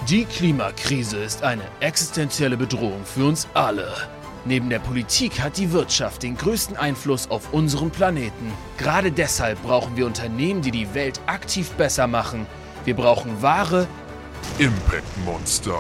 Die Klimakrise ist eine existenzielle Bedrohung für uns alle. Neben der Politik hat die Wirtschaft den größten Einfluss auf unseren Planeten. Gerade deshalb brauchen wir Unternehmen, die die Welt aktiv besser machen. Wir brauchen wahre Impact Monster.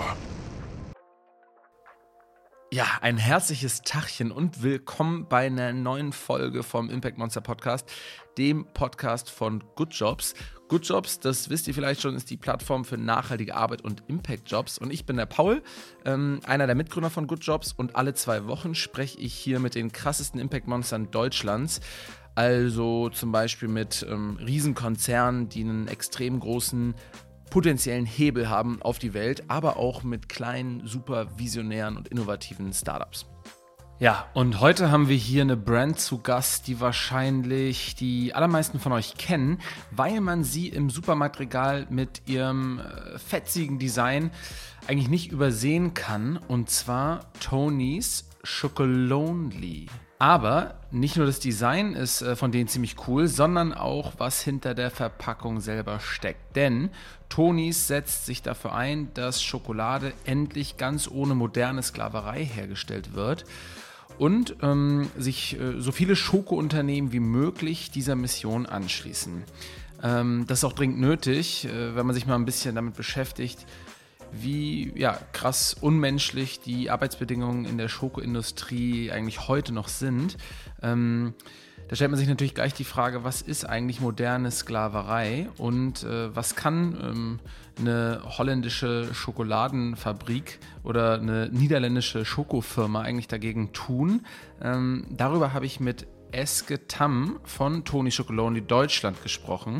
Ja, ein herzliches Tachchen und willkommen bei einer neuen Folge vom Impact Monster Podcast, dem Podcast von Good Jobs. Good Jobs, das wisst ihr vielleicht schon, ist die Plattform für nachhaltige Arbeit und Impact Jobs. Und ich bin der Paul, einer der Mitgründer von Good Jobs. Und alle 2 Wochen spreche ich hier mit den krassesten Impact Monstern Deutschlands. Also zum Beispiel mit Riesenkonzernen, die einen extrem großen potenziellen Hebel haben auf die Welt, aber auch mit kleinen, super visionären und innovativen Startups. Ja, und heute haben wir hier eine Brand zu Gast, die wahrscheinlich die allermeisten von euch kennen, weil man sie im Supermarktregal mit ihrem fetzigen Design eigentlich nicht übersehen kann, und zwar Tony's Chocolonely. Aber nicht nur das Design ist von denen ziemlich cool, sondern auch, was hinter der Verpackung selber steckt. Denn Tony's setzt sich dafür ein, dass Schokolade endlich ganz ohne moderne Sklaverei hergestellt wird und sich so viele Schokounternehmen wie möglich dieser Mission anschließen. Das ist auch dringend nötig, wenn man sich mal ein bisschen damit beschäftigt, wie krass unmenschlich die Arbeitsbedingungen in der Schokoindustrie eigentlich heute noch sind. Da stellt man sich natürlich gleich die Frage, was ist eigentlich moderne Sklaverei und was kann eine holländische Schokoladenfabrik oder eine niederländische Schokofirma eigentlich dagegen tun? Darüber habe ich mit Eske Tam von Tony's Chocolonely Deutschland gesprochen.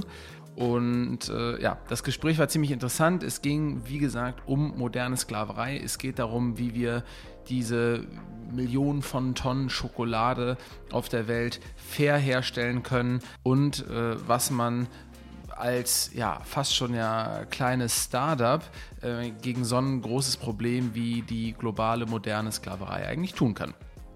Und das Gespräch war ziemlich interessant. Es ging, wie gesagt, um moderne Sklaverei. Es geht darum, wie wir diese Millionen von Tonnen Schokolade auf der Welt fair herstellen können und was man als fast schon kleines Startup gegen so ein großes Problem wie die globale moderne Sklaverei eigentlich tun kann.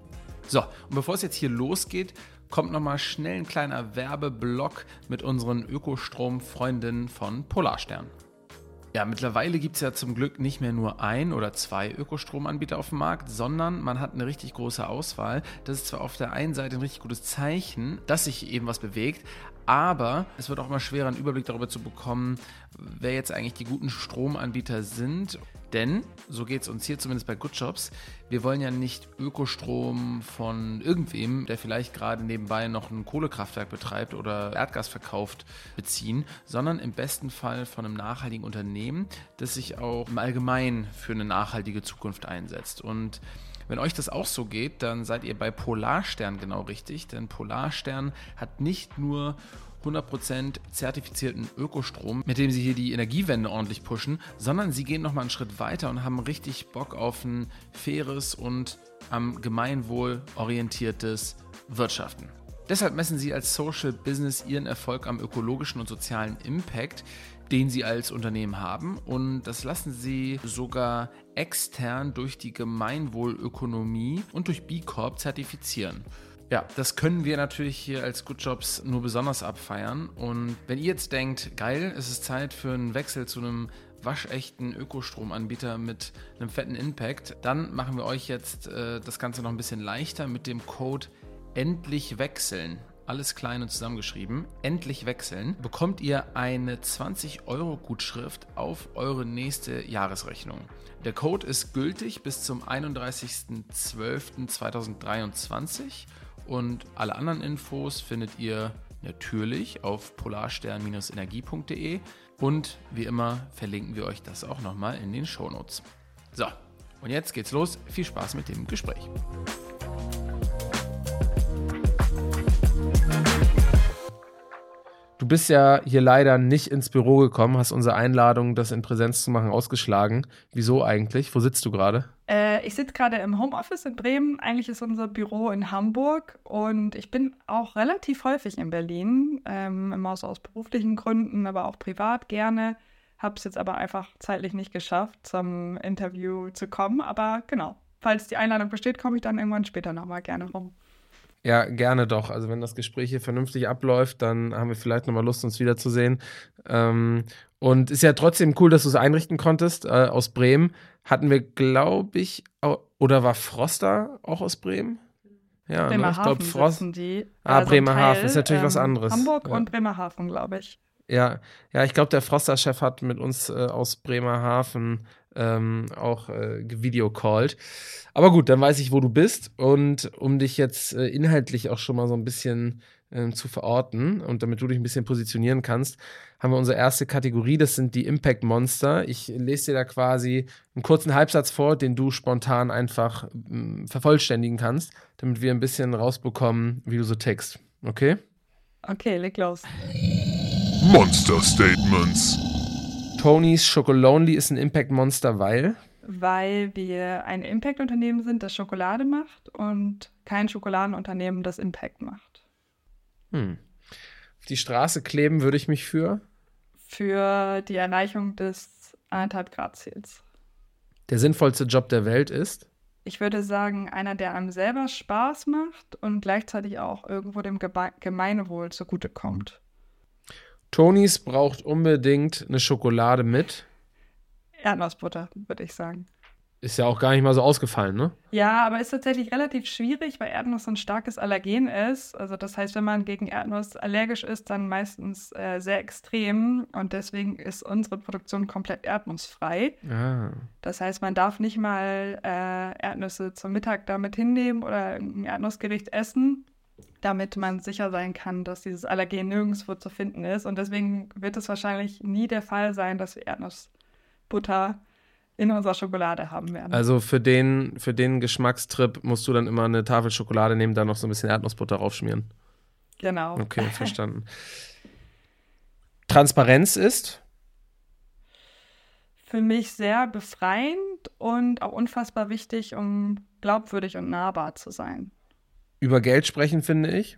So, und bevor es jetzt hier losgeht, kommt nochmal schnell ein kleiner Werbeblock mit unseren Ökostrom-Freundinnen von Polarstern. Ja, mittlerweile gibt es ja zum Glück nicht mehr nur 1 oder 2 Ökostromanbieter auf dem Markt, sondern man hat eine richtig große Auswahl. Das ist zwar auf der einen Seite ein richtig gutes Zeichen, dass sich eben was bewegt, aber es wird auch immer schwerer, einen Überblick darüber zu bekommen, wer jetzt eigentlich die guten Stromanbieter sind. Denn, so geht es uns hier zumindest bei Good Jobs, wir wollen ja nicht Ökostrom von irgendwem, der vielleicht gerade nebenbei noch ein Kohlekraftwerk betreibt oder Erdgas verkauft, beziehen, sondern im besten Fall von einem nachhaltigen Unternehmen, das sich auch im Allgemeinen für eine nachhaltige Zukunft einsetzt. Und wenn euch das auch so geht, dann seid ihr bei Polarstern genau richtig, denn Polarstern hat nicht nur 100% zertifizierten Ökostrom, mit dem sie hier die Energiewende ordentlich pushen, sondern sie gehen nochmal einen Schritt weiter und haben richtig Bock auf ein faires und am Gemeinwohl orientiertes Wirtschaften. Deshalb messen sie als Social Business ihren Erfolg am ökologischen und sozialen Impact, den sie als Unternehmen haben, und das lassen sie sogar extern durch die Gemeinwohlökonomie und durch B Corp zertifizieren. Ja, das können wir natürlich hier als Good Jobs nur besonders abfeiern. Und wenn ihr jetzt denkt, geil, es ist Zeit für einen Wechsel zu einem waschechten Ökostromanbieter mit einem fetten Impact, dann machen wir euch jetzt das Ganze noch ein bisschen leichter mit dem Code endlich wechseln. Alles klein und zusammengeschrieben. Endlich wechseln. Bekommt ihr eine 20€ Gutschrift auf eure nächste Jahresrechnung. Der Code ist gültig bis zum 31.12.2023. Und alle anderen Infos findet ihr natürlich auf polarstern-energie.de, und wie immer verlinken wir euch das auch nochmal in den Shownotes. So, und jetzt geht's los. Viel Spaß mit dem Gespräch. Du bist ja hier leider nicht ins Büro gekommen, hast unsere Einladung, das in Präsenz zu machen, ausgeschlagen. Wieso eigentlich? Wo sitzt du gerade? Ich sitze gerade im Homeoffice in Bremen. Eigentlich ist unser Büro in Hamburg und ich bin auch relativ häufig in Berlin, immer aus beruflichen Gründen, aber auch privat gerne. Habe es jetzt aber einfach zeitlich nicht geschafft, zum Interview zu kommen. Aber genau, falls die Einladung besteht, komme ich dann irgendwann später nochmal gerne rum. Ja, gerne doch. Also wenn das Gespräch hier vernünftig abläuft, dann haben wir vielleicht nochmal Lust, uns wiederzusehen. Und ist ja trotzdem cool, dass du es einrichten konntest. Aus Bremen hatten wir, glaube ich, oder war Froster auch aus Bremen? Ja, ne? Ich glaube, sitzen die. Bremerhaven ist natürlich was anderes. Hamburg ja. und Bremerhaven, glaube ich. Ja, ich glaube, der Froster-Chef hat mit uns aus Bremerhaven auch gevideocallt. Aber gut, dann weiß ich, wo du bist. Und um dich jetzt inhaltlich auch schon mal so ein bisschen zu verorten und damit du dich ein bisschen positionieren kannst, haben wir unsere erste Kategorie. Das sind die Impact Monster. Ich lese dir da quasi einen kurzen Halbsatz vor, den du spontan einfach vervollständigen kannst, damit wir ein bisschen rausbekommen, wie du so tickst. Okay? Okay, leg los. Monster Statements. Tony's Chocolonely ist ein Impact-Monster, weil? Weil wir ein Impact-Unternehmen sind, das Schokolade macht und kein Schokoladenunternehmen, das Impact macht. Auf die Straße kleben würde ich mich für? Für die Erreichung des 1,5-Grad-Ziels. Der sinnvollste Job der Welt ist? Ich würde sagen, einer, der einem selber Spaß macht und gleichzeitig auch irgendwo dem Gemeinwohl zugutekommt. Tony's braucht unbedingt eine Schokolade mit. Erdnussbutter, würde ich sagen. Ist ja auch gar nicht mal so ausgefallen, ne? Ja, aber ist tatsächlich relativ schwierig, weil Erdnuss ein starkes Allergen ist. Also das heißt, wenn man gegen Erdnuss allergisch ist, dann meistens sehr extrem. Und deswegen ist unsere Produktion komplett erdnussfrei. Ah. Das heißt, man darf nicht mal Erdnüsse zum Mittag damit hinnehmen oder ein Erdnussgericht essen, damit man sicher sein kann, dass dieses Allergen nirgendwo zu finden ist. Und deswegen wird es wahrscheinlich nie der Fall sein, dass wir Erdnussbutter in unserer Schokolade haben werden. Also für den Geschmackstrip musst du dann immer eine Tafel Schokolade nehmen, da noch so ein bisschen Erdnussbutter raufschmieren. Genau. Okay, verstanden. Transparenz ist? Für mich sehr befreiend und auch unfassbar wichtig, um glaubwürdig und nahbar zu sein. Über Geld sprechen, finde ich.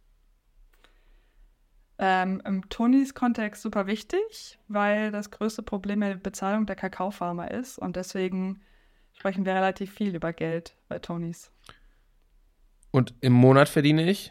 Im Tonys-Kontext super wichtig, weil das größte Problem die Bezahlung der Kakaofarmer ist und deswegen sprechen wir relativ viel über Geld bei Tonys. Und im Monat verdiene ich?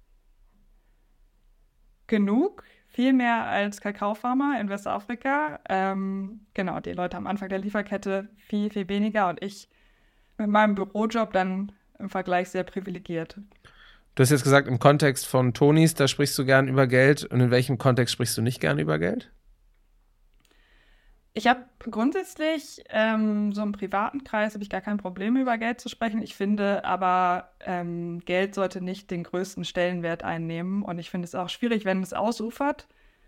Genug, viel mehr als Kakaofarmer in Westafrika. Genau, die Leute am Anfang der Lieferkette viel, viel weniger und ich mit meinem Bürojob dann im Vergleich sehr privilegiert. Du hast jetzt gesagt, im Kontext von Tonys, da sprichst du gern über Geld. Und in welchem Kontext sprichst du nicht gern über Geld? Ich habe grundsätzlich so im privaten Kreis habe ich gar kein Problem, über Geld zu sprechen. Ich finde aber, Geld sollte nicht den größten Stellenwert einnehmen. Und ich finde es auch schwierig, wenn es ausufert.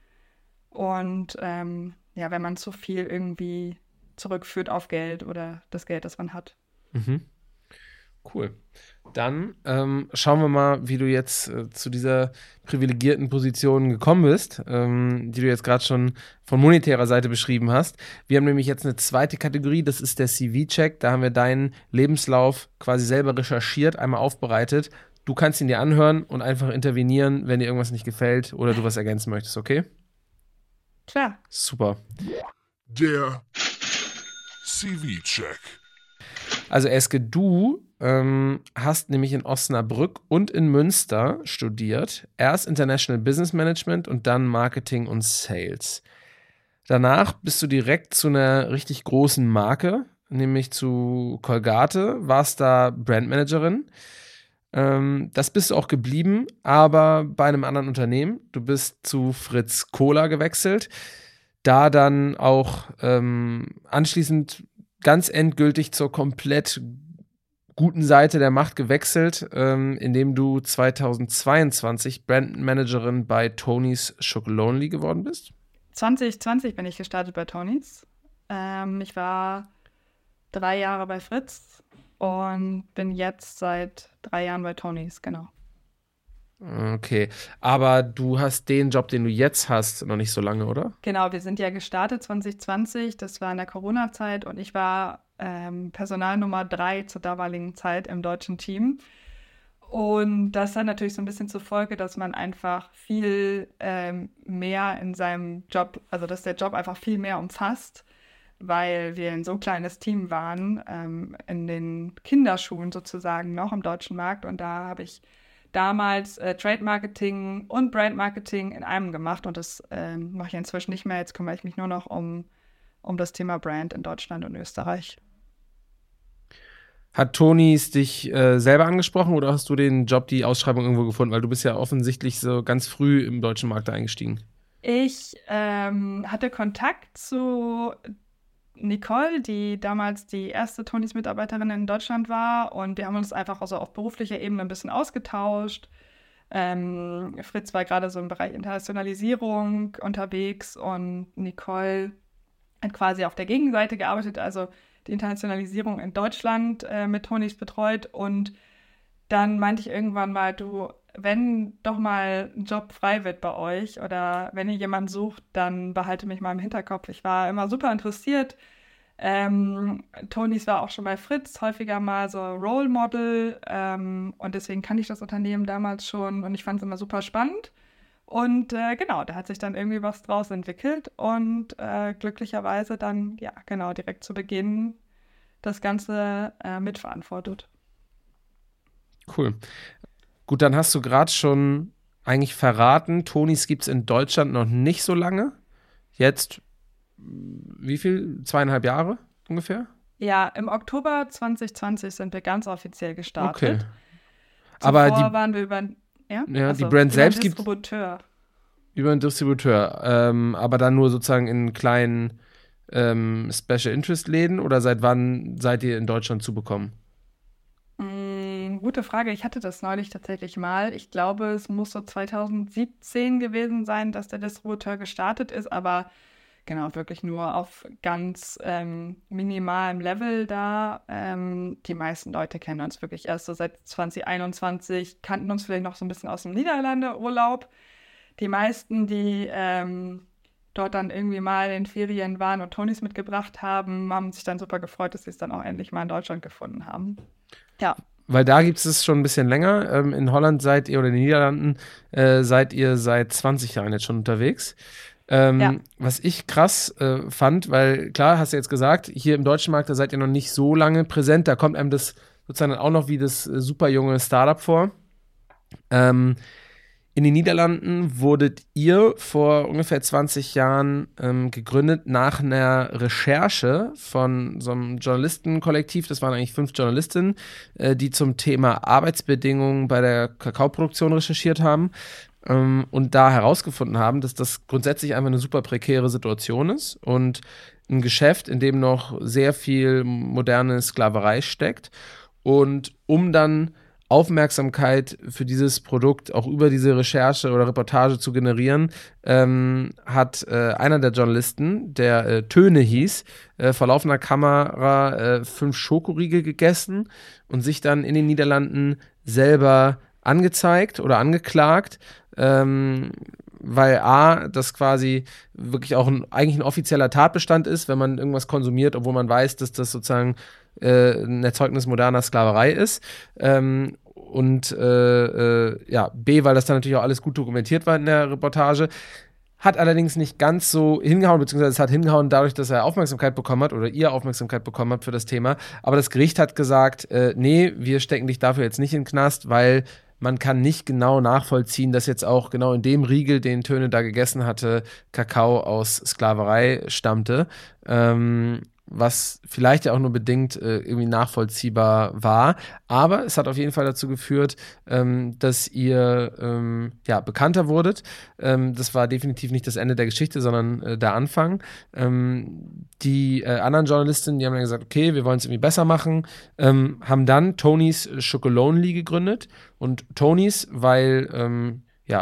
Und wenn man zu viel irgendwie zurückführt auf Geld oder das Geld, das man hat. Mhm. Cool. Dann schauen wir mal, wie du jetzt zu dieser privilegierten Position gekommen bist, die du jetzt gerade schon von monetärer Seite beschrieben hast. Wir haben nämlich jetzt eine zweite Kategorie, das ist der CV-Check. Da haben wir deinen Lebenslauf quasi selber recherchiert, einmal aufbereitet. Du kannst ihn dir anhören und einfach intervenieren, wenn dir irgendwas nicht gefällt oder du was ergänzen möchtest, okay? Klar. Super. Der CV-Check. Also Eske, du hast nämlich in Osnabrück und in Münster studiert. Erst International Business Management und dann Marketing und Sales. Danach bist du direkt zu einer richtig großen Marke, nämlich zu Colgate, warst da Brandmanagerin. Das bist du auch geblieben, aber bei einem anderen Unternehmen. Du bist zu Fritz Cola gewechselt, da dann auch anschließend ganz endgültig zur komplett guten Seite der Macht gewechselt, indem du 2022 Brandmanagerin bei Tony's Chocolonely geworden bist? 2020 bin ich gestartet bei Tony's. Ich war 3 Jahre bei Fritz und bin jetzt seit 3 Jahren bei Tony's, genau. Okay, aber du hast den Job, den du jetzt hast, noch nicht so lange, oder? Genau, wir sind ja gestartet 2020, das war in der Corona-Zeit und ich war Personal Nummer 3 zur damaligen Zeit im deutschen Team. Und das hat natürlich so ein bisschen zur Folge, dass man einfach viel mehr in seinem Job, also dass der Job einfach viel mehr umfasst, weil wir ein so kleines Team waren, in den Kinderschuhen sozusagen noch im deutschen Markt. Und da habe ich damals Trade Marketing und Brand Marketing in einem gemacht und das mache ich inzwischen nicht mehr. Jetzt kümmere ich mich nur noch um das Thema Brand in Deutschland und Österreich. Hat Tonys dich selber angesprochen oder hast du den Job, die Ausschreibung irgendwo gefunden? Weil du bist ja offensichtlich so ganz früh im deutschen Markt eingestiegen. Ich hatte Kontakt zu Nicole, die damals die erste Tonys Mitarbeiterin in Deutschland war und wir haben uns einfach also auf beruflicher Ebene ein bisschen ausgetauscht. Fritz war gerade so im Bereich Internationalisierung unterwegs und Nicole hat quasi auf der Gegenseite gearbeitet, also die Internationalisierung in Deutschland mit Tonys betreut und dann meinte ich irgendwann mal, du, wenn doch mal ein Job frei wird bei euch oder wenn ihr jemanden sucht, dann behalte mich mal im Hinterkopf. Ich war immer super interessiert. Tonys war auch schon bei Fritz häufiger mal so Role Model und deswegen kannte ich das Unternehmen damals schon und ich fand es immer super spannend. Und genau, da hat sich dann irgendwie was draus entwickelt und glücklicherweise dann, ja, genau, direkt zu Beginn das Ganze mitverantwortet. Cool. Gut, dann hast du gerade schon eigentlich verraten, Tonys gibt es in Deutschland noch nicht so lange. Jetzt, wie viel? 2,5 Jahre ungefähr? Ja, im Oktober 2020 sind wir ganz offiziell gestartet. Okay. Aber waren wir über... die Brand selbst gibt über einen Distributeur. Aber dann nur sozusagen in kleinen Special Interest Läden oder seit wann seid ihr in Deutschland zu bekommen? Gute Frage. Ich hatte das neulich tatsächlich mal. Ich glaube, es muss so 2017 gewesen sein, dass der Distributeur gestartet ist, aber genau, wirklich nur auf ganz minimalem Level da. Die meisten Leute kennen uns wirklich erst so seit 2021, kannten uns vielleicht noch so ein bisschen aus dem Niederlande-Urlaub. Die meisten, die dort dann irgendwie mal in Ferien waren und Tonys mitgebracht haben sich dann super gefreut, dass sie es dann auch endlich mal in Deutschland gefunden haben. Ja. Weil da gibt es schon ein bisschen länger. In Holland seid ihr oder in den Niederlanden seid ihr seit 20 Jahren jetzt schon unterwegs. Was ich krass fand, weil klar, hast du jetzt gesagt, hier im deutschen Markt, da seid ihr noch nicht so lange präsent, da kommt einem das sozusagen auch noch wie das super junge Startup vor. In den Niederlanden wurdet ihr vor ungefähr 20 Jahren gegründet nach einer Recherche von so einem Journalistenkollektiv. Das waren eigentlich 5 Journalistinnen, die zum Thema Arbeitsbedingungen bei der Kakaoproduktion recherchiert haben und da herausgefunden haben, dass das grundsätzlich einfach eine super prekäre Situation ist und ein Geschäft, in dem noch sehr viel moderne Sklaverei steckt. Und um dann Aufmerksamkeit für dieses Produkt auch über diese Recherche oder Reportage zu generieren, hat einer der Journalisten, der Töne hieß, vor laufender Kamera 5 Schokoriegel gegessen und sich dann in den Niederlanden selber angezeigt oder angeklagt, weil das quasi wirklich auch eigentlich ein offizieller Tatbestand ist, wenn man irgendwas konsumiert, obwohl man weiß, dass das sozusagen ein Erzeugnis moderner Sklaverei ist. Und B, weil das dann natürlich auch alles gut dokumentiert war in der Reportage. Hat allerdings nicht ganz so hingehauen, beziehungsweise es hat hingehauen dadurch, dass er Aufmerksamkeit bekommen hat oder ihr Aufmerksamkeit bekommen habt für das Thema. Aber das Gericht hat gesagt, nee, wir stecken dich dafür jetzt nicht in den Knast, weil man kann nicht genau nachvollziehen, dass jetzt auch genau in dem Riegel, den Töne da gegessen hatte, Kakao aus Sklaverei stammte. Was vielleicht ja auch nur bedingt irgendwie nachvollziehbar war. Aber es hat auf jeden Fall dazu geführt, dass ihr bekannter wurdet. Das war definitiv nicht das Ende der Geschichte, sondern der Anfang. Die anderen Journalistinnen, die haben dann gesagt, okay, wir wollen es irgendwie besser machen, haben dann Tonys Chocolonely gegründet. Und Tonys, weil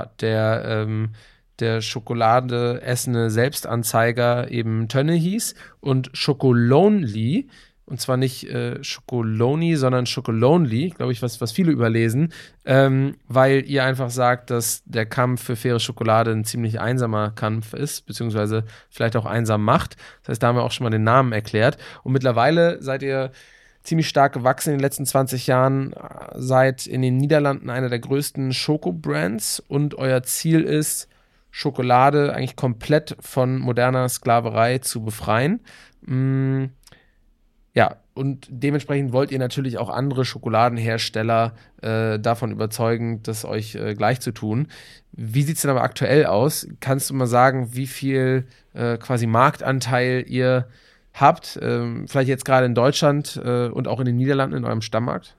der Schokolade essende Selbstanzeiger eben Tönne hieß und Chocolonely, und zwar nicht Chocolonely, sondern Chocolonely, glaube ich, was viele überlesen, weil ihr einfach sagt, dass der Kampf für faire Schokolade ein ziemlich einsamer Kampf ist, beziehungsweise vielleicht auch einsam macht. Das heißt, da haben wir auch schon mal den Namen erklärt. Und mittlerweile seid ihr ziemlich stark gewachsen in den letzten 20 Jahren, seid in den Niederlanden einer der größten Schoko-Brands und euer Ziel ist, Schokolade eigentlich komplett von moderner Sklaverei zu befreien. Und und dementsprechend wollt ihr natürlich auch andere Schokoladenhersteller davon überzeugen, das euch gleich zu tun. Wie sieht es denn aber aktuell aus? Kannst du mal sagen, wie viel quasi Marktanteil ihr habt? Vielleicht jetzt gerade in Deutschland und auch in den Niederlanden, in eurem Stammmarkt?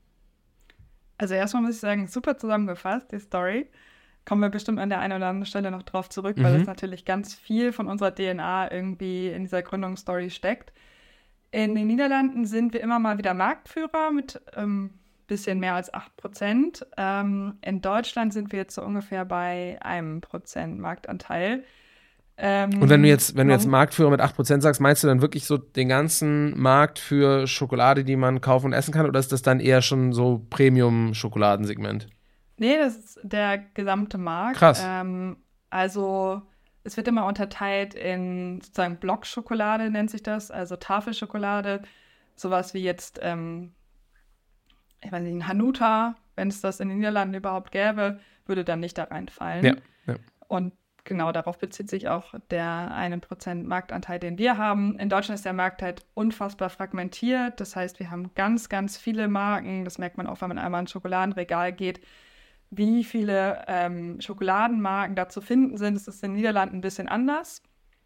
Also erstmal muss ich sagen, super zusammengefasst, die Story. Kommen wir bestimmt an der einen oder anderen Stelle noch drauf zurück, weil es natürlich ganz viel von unserer DNA irgendwie in dieser Gründungsstory steckt. In den Niederlanden sind wir immer mal wieder Marktführer mit bisschen mehr als 8%. In Deutschland sind wir jetzt so ungefähr bei 1% Marktanteil. Und wenn du jetzt Marktführer mit 8% sagst, meinst du dann wirklich so den ganzen Markt für Schokolade, die man kaufen und essen kann, oder ist das dann eher schon so Premium-Schokoladensegment? Nee, das ist der gesamte Markt. Krass. Also es wird immer unterteilt in sozusagen Blockschokolade, nennt sich das, also Tafelschokolade, sowas wie jetzt, ich weiß nicht, ein Hanuta, wenn es das in den Niederlanden überhaupt gäbe, würde dann nicht da reinfallen. Ja. Und genau darauf bezieht sich auch der 1% Marktanteil, den wir haben. In Deutschland ist der Markt halt unfassbar fragmentiert. Das heißt, wir haben ganz, ganz viele Marken. Das merkt man auch, wenn man einmal ins Schokoladenregal geht, wie viele Schokoladenmarken da zu finden sind. Das ist in den Niederlanden ein bisschen anders.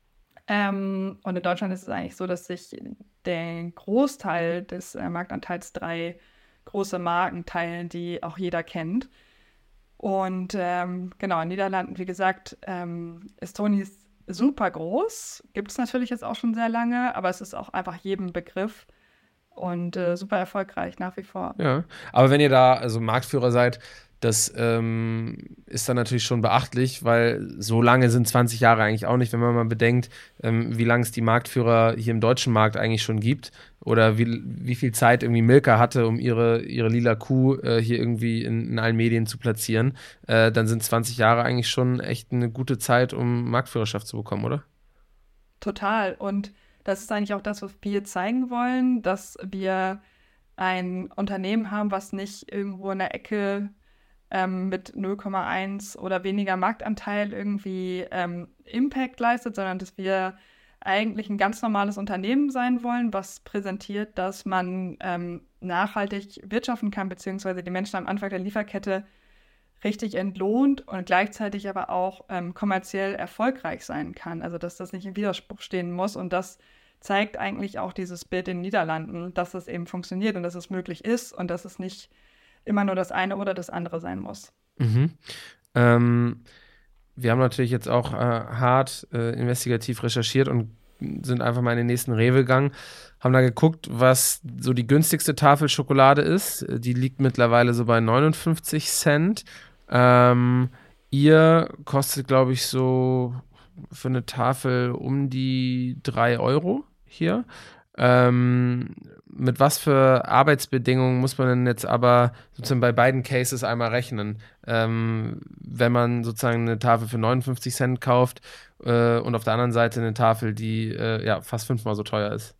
Und in Deutschland ist es eigentlich so, dass sich der Großteil des Marktanteils 3 große Marken teilen, die auch jeder kennt. Und genau, in den Niederlanden, wie gesagt, ist Tonies super groß. Gibt es natürlich jetzt auch schon sehr lange, aber es ist auch einfach jedem Begriff und super erfolgreich nach wie vor. Ja, aber wenn ihr da also Marktführer seid, das ist dann natürlich schon beachtlich, weil so lange sind 20 Jahre eigentlich auch nicht, wenn man mal bedenkt, wie lange es die Marktführer hier im deutschen Markt eigentlich schon gibt oder wie viel Zeit irgendwie Milka hatte, um ihre lila Kuh hier irgendwie in allen Medien zu platzieren. Dann sind 20 Jahre eigentlich schon echt eine gute Zeit, um Marktführerschaft zu bekommen, oder? Total. Und das ist eigentlich auch das, was wir zeigen wollen, dass wir ein Unternehmen haben, was nicht irgendwo in der Ecke mit 0,1 oder weniger Marktanteil irgendwie Impact leistet, sondern dass wir eigentlich ein ganz normales Unternehmen sein wollen, was präsentiert, dass man nachhaltig wirtschaften kann, beziehungsweise die Menschen am Anfang der Lieferkette richtig entlohnt und gleichzeitig aber auch kommerziell erfolgreich sein kann. Also dass das nicht im Widerspruch stehen muss. Und das zeigt eigentlich auch dieses Bild in den Niederlanden, dass es eben funktioniert und dass es möglich ist und dass es nicht immer nur das eine oder das andere sein muss. Wir haben natürlich jetzt auch hart investigativ recherchiert und sind einfach mal in den nächsten Rewe gegangen, haben da geguckt, was so die günstigste Tafel Schokolade ist. Die liegt mittlerweile so bei 59 Cent. Ihr kostet, glaube ich, so für eine Tafel um die 3 Euro hier. Mit was für Arbeitsbedingungen muss man denn jetzt aber sozusagen bei beiden Cases einmal rechnen? Wenn man sozusagen eine Tafel für 59 Cent kauft und auf der anderen Seite eine Tafel, die fast 5-mal so teuer ist.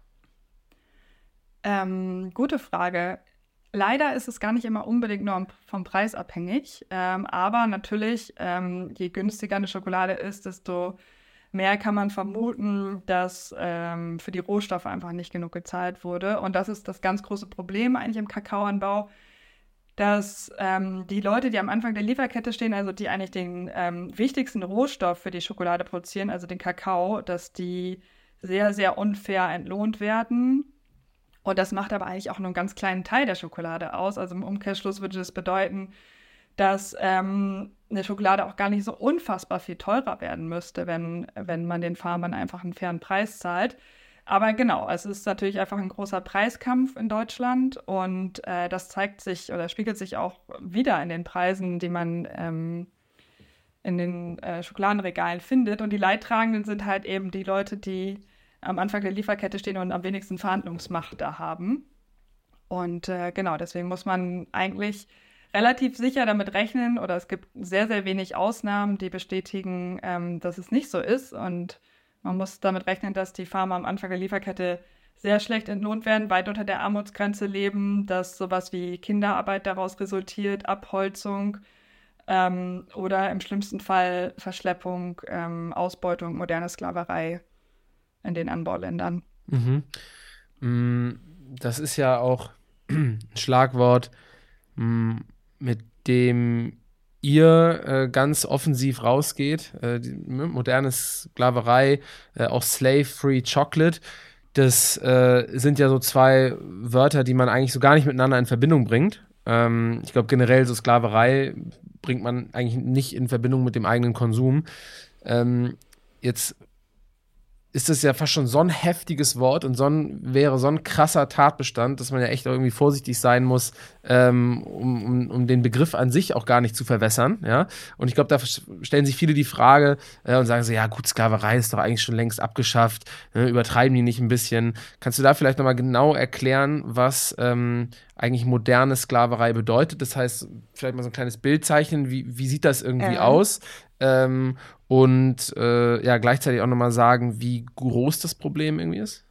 Gute Frage. Leider ist es gar nicht immer unbedingt nur vom Preis abhängig, aber natürlich, je günstiger eine Schokolade ist, desto mehr kann man vermuten, dass für die Rohstoffe einfach nicht genug gezahlt wurde. Und das ist das ganz große Problem eigentlich im Kakaoanbau, dass die Leute, die am Anfang der Lieferkette stehen, also die eigentlich den wichtigsten Rohstoff für die Schokolade produzieren, also den Kakao, dass die sehr, sehr unfair entlohnt werden. Und das macht aber eigentlich auch nur einen ganz kleinen Teil der Schokolade aus. Also im Umkehrschluss würde das bedeuten, dass eine Schokolade auch gar nicht so unfassbar viel teurer werden müsste, wenn man den Farmern einfach einen fairen Preis zahlt. Aber genau, es ist natürlich einfach ein großer Preiskampf in Deutschland und das zeigt sich oder spiegelt sich auch wieder in den Preisen, die man in den Schokoladenregalen findet. Und die Leidtragenden sind halt eben die Leute, die am Anfang der Lieferkette stehen und am wenigsten Verhandlungsmacht da haben. Und genau, deswegen muss man eigentlich relativ sicher damit rechnen, oder es gibt sehr, sehr wenig Ausnahmen, die bestätigen, dass es nicht so ist. Und man muss damit rechnen, dass die Farmer am Anfang der Lieferkette sehr schlecht entlohnt werden, weit unter der Armutsgrenze leben, dass sowas wie Kinderarbeit daraus resultiert, Abholzung oder im schlimmsten Fall Verschleppung, Ausbeutung, moderne Sklaverei in den Anbauländern. Mhm. Das ist ja auch ein Schlagwort, mit dem ihr ganz offensiv rausgeht. Die moderne Sklaverei, auch Slave-Free Chocolate. Das sind ja so zwei Wörter, die man eigentlich so gar nicht miteinander in Verbindung bringt. Ich glaube generell so Sklaverei bringt man eigentlich nicht in Verbindung mit dem eigenen Konsum. Jetzt ist das ja fast schon so ein heftiges Wort und wäre so ein krasser Tatbestand, dass man ja echt irgendwie vorsichtig sein muss, um den Begriff an sich auch gar nicht zu verwässern. Ja? Und ich glaube, da stellen sich viele die Frage und sagen so, ja gut, Sklaverei ist doch eigentlich schon längst abgeschafft, ne? Übertreiben die nicht ein bisschen? Kannst du da vielleicht nochmal genau erklären, was eigentlich moderne Sklaverei bedeutet? Das heißt, vielleicht mal so ein kleines Bild zeichnen, wie sieht das irgendwie aus? Und gleichzeitig auch nochmal sagen, wie groß das Problem irgendwie ist?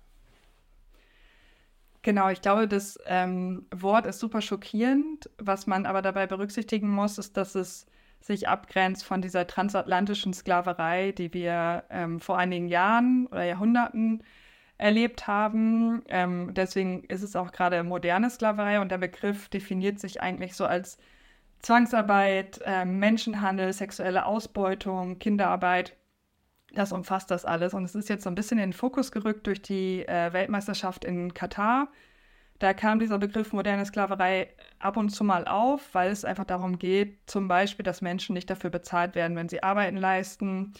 Genau, ich glaube, das Wort ist super schockierend. Was man aber dabei berücksichtigen muss, ist, dass es sich abgrenzt von dieser transatlantischen Sklaverei, die wir vor einigen Jahren oder Jahrhunderten erlebt haben. Deswegen ist es auch gerade moderne Sklaverei und der Begriff definiert sich eigentlich so als Zwangsarbeit, Menschenhandel, sexuelle Ausbeutung, Kinderarbeit. Das umfasst das alles. Und es ist jetzt so ein bisschen in den Fokus gerückt durch die Weltmeisterschaft in Katar. Da kam dieser Begriff moderne Sklaverei ab und zu mal auf, weil es einfach darum geht, zum Beispiel, dass Menschen nicht dafür bezahlt werden, wenn sie Arbeiten leisten.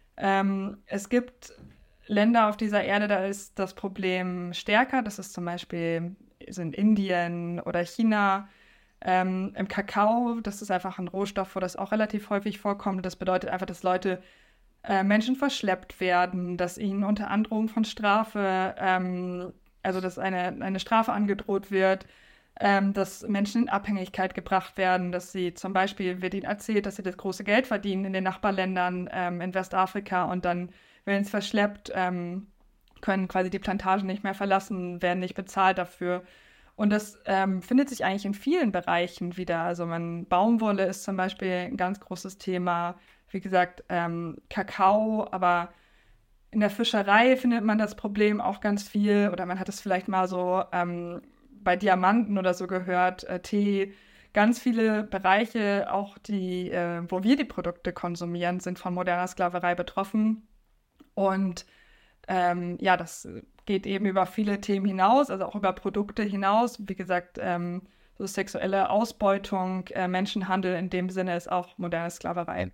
Es gibt Länder auf dieser Erde, da ist das Problem stärker. Das ist zum Beispiel in Indien oder China. Im Kakao, das ist einfach ein Rohstoff, wo das auch relativ häufig vorkommt. Das bedeutet einfach, dass Menschen verschleppt werden, dass ihnen unter Androhung von Strafe, also dass eine Strafe angedroht wird, dass Menschen in Abhängigkeit gebracht werden, dass sie zum Beispiel, wird ihnen erzählt, dass sie das große Geld verdienen in den Nachbarländern in Westafrika und dann werden sie verschleppt, können quasi die Plantagen nicht mehr verlassen, werden nicht bezahlt dafür. Und das findet sich eigentlich in vielen Bereichen wieder. Also Baumwolle ist zum Beispiel ein ganz großes Thema. Wie gesagt, Kakao, aber in der Fischerei findet man das Problem auch ganz viel. Oder man hat es vielleicht mal so bei Diamanten oder so gehört, Tee. Ganz viele Bereiche, auch wo wir die Produkte konsumieren, sind von moderner Sklaverei betroffen. Und das geht eben über viele Themen hinaus, also auch über Produkte hinaus. Wie gesagt, so sexuelle Ausbeutung, Menschenhandel in dem Sinne ist auch moderne Sklaverei.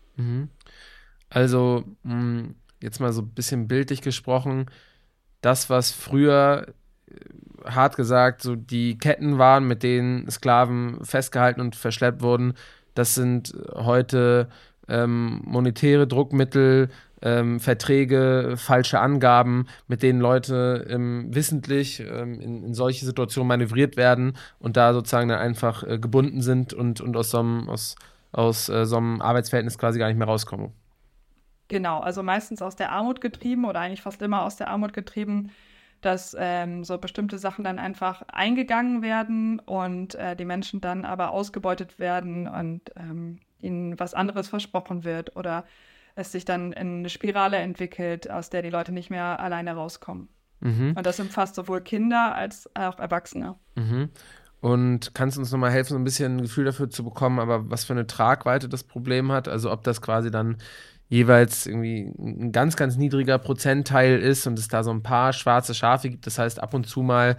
Also, jetzt mal so ein bisschen bildlich gesprochen, das, was früher, hart gesagt, so die Ketten waren, mit denen Sklaven festgehalten und verschleppt wurden, das sind heute monetäre Druckmittel, Verträge, falsche Angaben, mit denen Leute wissentlich in solche Situationen manövriert werden und da sozusagen dann einfach gebunden sind und aus so einem Arbeitsverhältnis quasi gar nicht mehr rauskommen. Genau, also meistens aus der Armut getrieben oder eigentlich fast immer aus der Armut getrieben, dass so bestimmte Sachen dann einfach eingegangen werden und die Menschen dann aber ausgebeutet werden und ihnen was anderes versprochen wird oder es sich dann in eine Spirale entwickelt, aus der die Leute nicht mehr alleine rauskommen. Und das umfasst sowohl Kinder als auch Erwachsene. Und kannst du uns nochmal helfen, so ein bisschen ein Gefühl dafür zu bekommen, aber was für eine Tragweite das Problem hat? Also ob das quasi dann jeweils irgendwie ein ganz, ganz niedriger Prozentteil ist und es da so ein paar schwarze Schafe gibt. Das heißt, ab und zu mal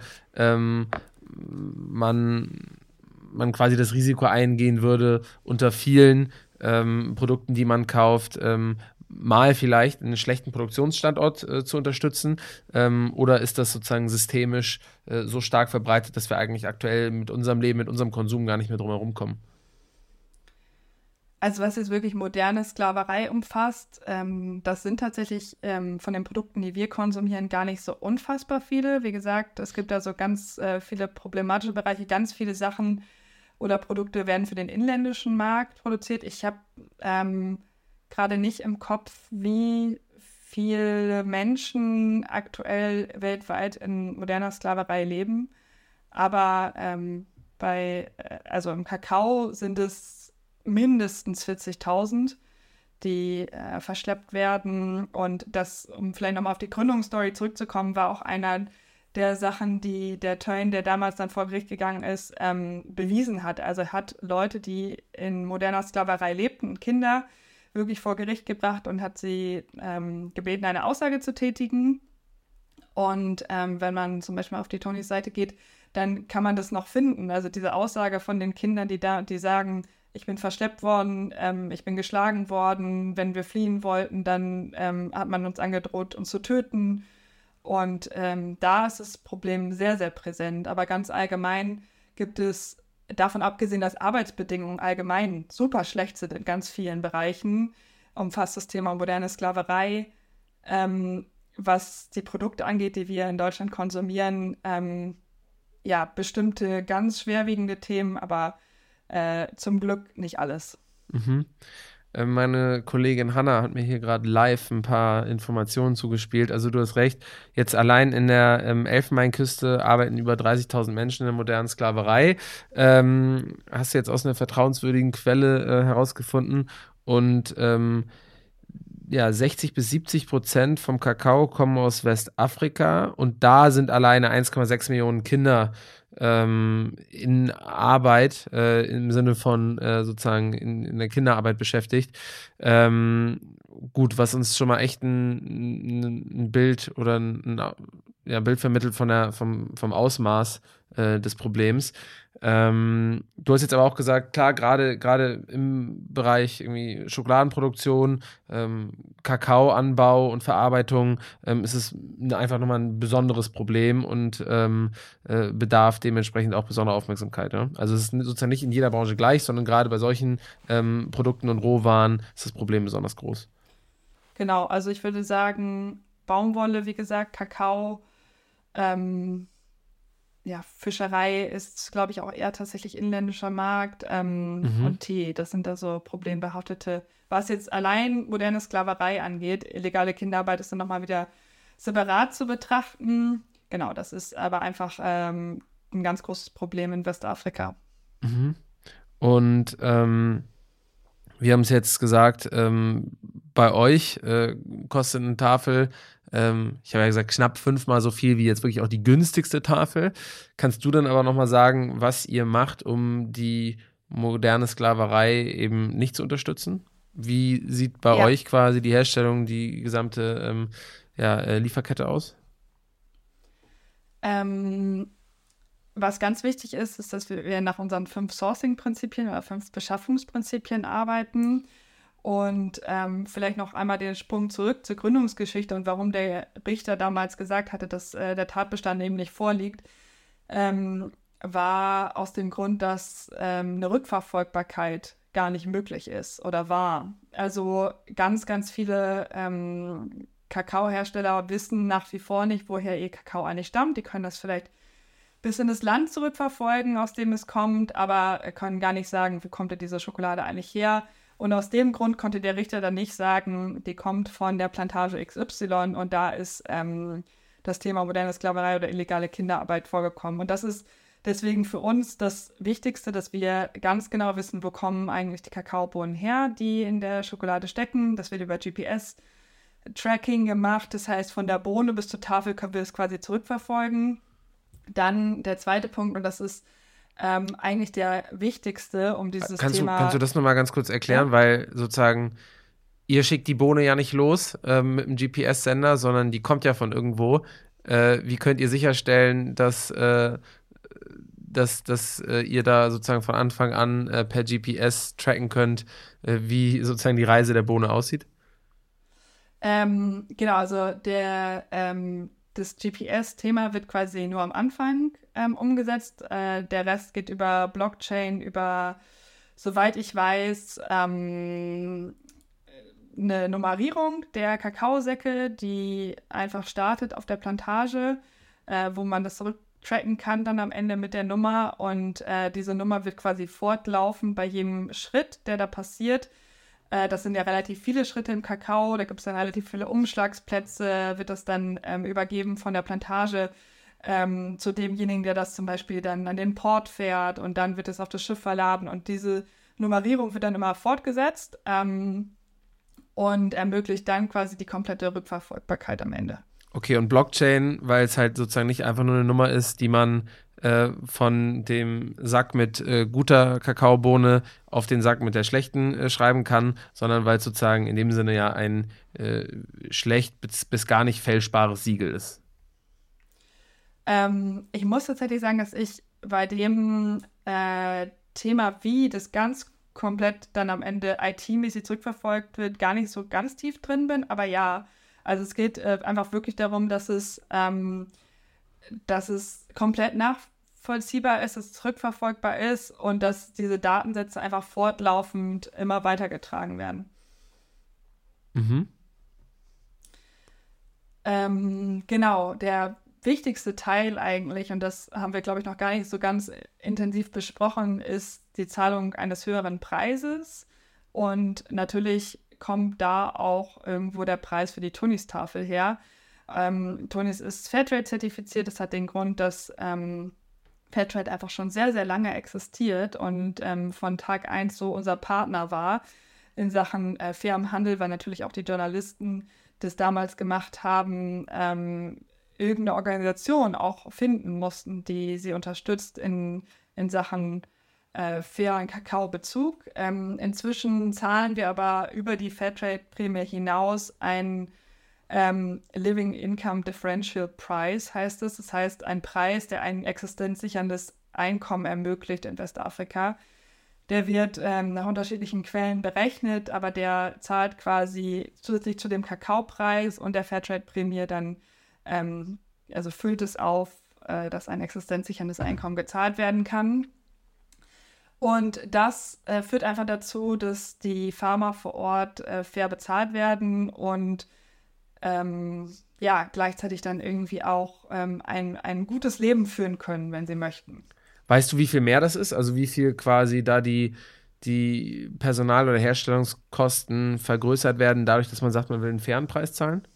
man quasi das Risiko eingehen würde, unter vielen Produkten, die man kauft, mal vielleicht einen schlechten Produktionsstandort zu unterstützen? Oder ist das sozusagen systemisch so stark verbreitet, dass wir eigentlich aktuell mit unserem Leben, mit unserem Konsum gar nicht mehr drum herum kommen? Also was jetzt wirklich moderne Sklaverei umfasst, das sind tatsächlich von den Produkten, die wir konsumieren, gar nicht so unfassbar viele. Wie gesagt, es gibt da so ganz viele problematische Bereiche, ganz viele Sachen oder Produkte werden für den inländischen Markt produziert. Ich habe gerade nicht im Kopf, wie viele Menschen aktuell weltweit in moderner Sklaverei leben. Aber im Kakao sind es mindestens 40.000, die verschleppt werden. Und das, um vielleicht nochmal auf die Gründungsstory zurückzukommen, war auch einer der Sachen, die der Teun, der damals dann vor Gericht gegangen ist, bewiesen hat. Also er hat Leute, die in moderner Sklaverei lebten, Kinder, wirklich vor Gericht gebracht und hat sie gebeten, eine Aussage zu tätigen. Und wenn man zum Beispiel auf die Tonys Seite geht, dann kann man das noch finden. Also diese Aussage von den Kindern, die sagen, ich bin verschleppt worden, ich bin geschlagen worden, wenn wir fliehen wollten, dann hat man uns angedroht, uns zu töten. Und da ist das Problem sehr, sehr präsent. Aber ganz allgemein gibt es, davon abgesehen, dass Arbeitsbedingungen allgemein super schlecht sind in ganz vielen Bereichen, umfasst das Thema moderne Sklaverei, was die Produkte angeht, die wir in Deutschland konsumieren, ja, bestimmte ganz schwerwiegende Themen, aber zum Glück nicht alles. Mhm. Meine Kollegin Hanna hat mir hier gerade live ein paar Informationen zugespielt. Also du hast recht, jetzt allein in der Elfenbeinküste arbeiten über 30.000 Menschen in der modernen Sklaverei. Hast du jetzt aus einer vertrauenswürdigen Quelle herausgefunden. Und 60-70% vom Kakao kommen aus Westafrika. Und da sind alleine 1,6 Millionen Kinder in Arbeit, im Sinne von sozusagen in der Kinderarbeit beschäftigt. Gut, was uns schon mal echt ein Bild oder ein Bild vermittelt vom Ausmaß des Problems. Du hast jetzt aber auch gesagt, klar, gerade im Bereich irgendwie Schokoladenproduktion, Kakaoanbau und Verarbeitung ist es einfach nochmal ein besonderes Problem und bedarf dementsprechend auch besonderer Aufmerksamkeit. Ja? Also es ist sozusagen nicht in jeder Branche gleich, sondern gerade bei solchen Produkten und Rohwaren ist das Problem besonders groß. Genau, also ich würde sagen, Baumwolle, wie gesagt, Kakao, Fischerei ist, glaube ich, auch eher tatsächlich inländischer Markt und Tee, das sind da so problembehaftete. Was jetzt allein moderne Sklaverei angeht, illegale Kinderarbeit ist dann nochmal wieder separat zu betrachten. Genau, das ist aber einfach ein ganz großes Problem in Westafrika. Mhm. Und wir haben es jetzt gesagt, bei euch kostet eine Tafel, ich habe ja gesagt, knapp 5-mal so viel wie jetzt wirklich auch die günstigste Tafel. Kannst du dann aber nochmal sagen, was ihr macht, um die moderne Sklaverei eben nicht zu unterstützen? Wie sieht bei euch quasi die Herstellung, die gesamte Lieferkette aus? Was ganz wichtig ist, ist, dass wir nach unseren 5 Sourcing-Prinzipien oder 5 Beschaffungsprinzipien arbeiten. Und vielleicht noch einmal den Sprung zurück zur Gründungsgeschichte und warum der Richter damals gesagt hatte, dass der Tatbestand eben nicht vorliegt, war aus dem Grund, dass eine Rückverfolgbarkeit gar nicht möglich ist oder war. Also ganz, ganz viele Kakaohersteller wissen nach wie vor nicht, woher ihr Kakao eigentlich stammt. Die können das vielleicht bis in das Land zurückverfolgen, aus dem es kommt, aber können gar nicht sagen, wie kommt denn diese Schokolade eigentlich her. Und aus dem Grund konnte der Richter dann nicht sagen, die kommt von der Plantage XY und da ist das Thema moderne Sklaverei oder illegale Kinderarbeit vorgekommen. Und das ist deswegen für uns das Wichtigste, dass wir ganz genau wissen, wo kommen eigentlich die Kakaobohnen her, die in der Schokolade stecken. Das wird über GPS-Tracking gemacht. Das heißt, von der Bohne bis zur Tafel können wir es quasi zurückverfolgen. Dann der zweite Punkt, und das ist eigentlich der wichtigste, um dieses Thema... Kannst du das nochmal ganz kurz erklären? Ja. Weil sozusagen, ihr schickt die Bohne ja nicht los mit dem GPS-Sender, sondern die kommt ja von irgendwo. Wie könnt ihr sicherstellen, dass ihr da sozusagen von Anfang an per GPS tracken könnt, wie sozusagen die Reise der Bohne aussieht? Genau, also das GPS-Thema wird quasi nur am Anfang umgesetzt. Der Rest geht über Blockchain, über, soweit ich weiß, eine Nummerierung der Kakaosäcke, die einfach startet auf der Plantage, wo man das zurücktracken kann dann am Ende mit der Nummer. Und diese Nummer wird quasi fortlaufend bei jedem Schritt, der da passiert. Das sind ja relativ viele Schritte im Kakao, da gibt es dann relativ viele Umschlagsplätze, wird das dann übergeben von der Plantage zu demjenigen, der das zum Beispiel dann an den Port fährt und dann wird es auf das Schiff verladen und diese Nummerierung wird dann immer fortgesetzt und ermöglicht dann quasi die komplette Rückverfolgbarkeit am Ende. Okay, und Blockchain, weil es halt sozusagen nicht einfach nur eine Nummer ist, die man von dem Sack mit guter Kakaobohne auf den Sack mit der schlechten schreiben kann, sondern weil es sozusagen in dem Sinne ja ein schlecht bis gar nicht fälschbares Siegel ist. Ich muss tatsächlich sagen, dass ich bei dem Thema, wie das ganz komplett dann am Ende IT-mäßig zurückverfolgt wird, gar nicht so ganz tief drin bin. Aber ja, also es geht einfach wirklich darum, dass es komplett nachvollziehbar ist, dass es rückverfolgbar ist und dass diese Datensätze einfach fortlaufend immer weitergetragen werden. Mhm. Genau, der wichtigste Teil eigentlich, und das haben wir, glaube ich, noch gar nicht so ganz intensiv besprochen, ist die Zahlung eines höheren Preises. Und natürlich kommt da auch irgendwo der Preis für die Tunis-Tafel her. Tunis ist Fairtrade zertifiziert. Das hat den Grund, dass Fairtrade einfach schon sehr, sehr lange existiert und von Tag 1 so unser Partner war in Sachen fairem Handel, weil natürlich auch die Journalisten das damals gemacht haben, irgendeine Organisation auch finden mussten, die sie unterstützt in Sachen fairen Kakaobezug. Inzwischen zahlen wir aber über die Fairtrade-Prämie hinaus ein Living Income Differential Price, heißt es. Das heißt, ein Preis, der ein existenzsicherndes Einkommen ermöglicht in Westafrika. Der wird nach unterschiedlichen Quellen berechnet, aber der zahlt quasi zusätzlich zu dem Kakaopreis und der Fairtrade-Prämie dann also füllt es auf, dass ein existenzsicherndes Einkommen gezahlt werden kann. Und das führt einfach dazu, dass die Farmer vor Ort fair bezahlt werden und gleichzeitig dann irgendwie auch ein gutes Leben führen können, wenn sie möchten. Weißt du, wie viel mehr das ist? Also wie viel quasi da die Personal- oder Herstellungskosten vergrößert werden, dadurch, dass man sagt, man will einen fairen Preis zahlen?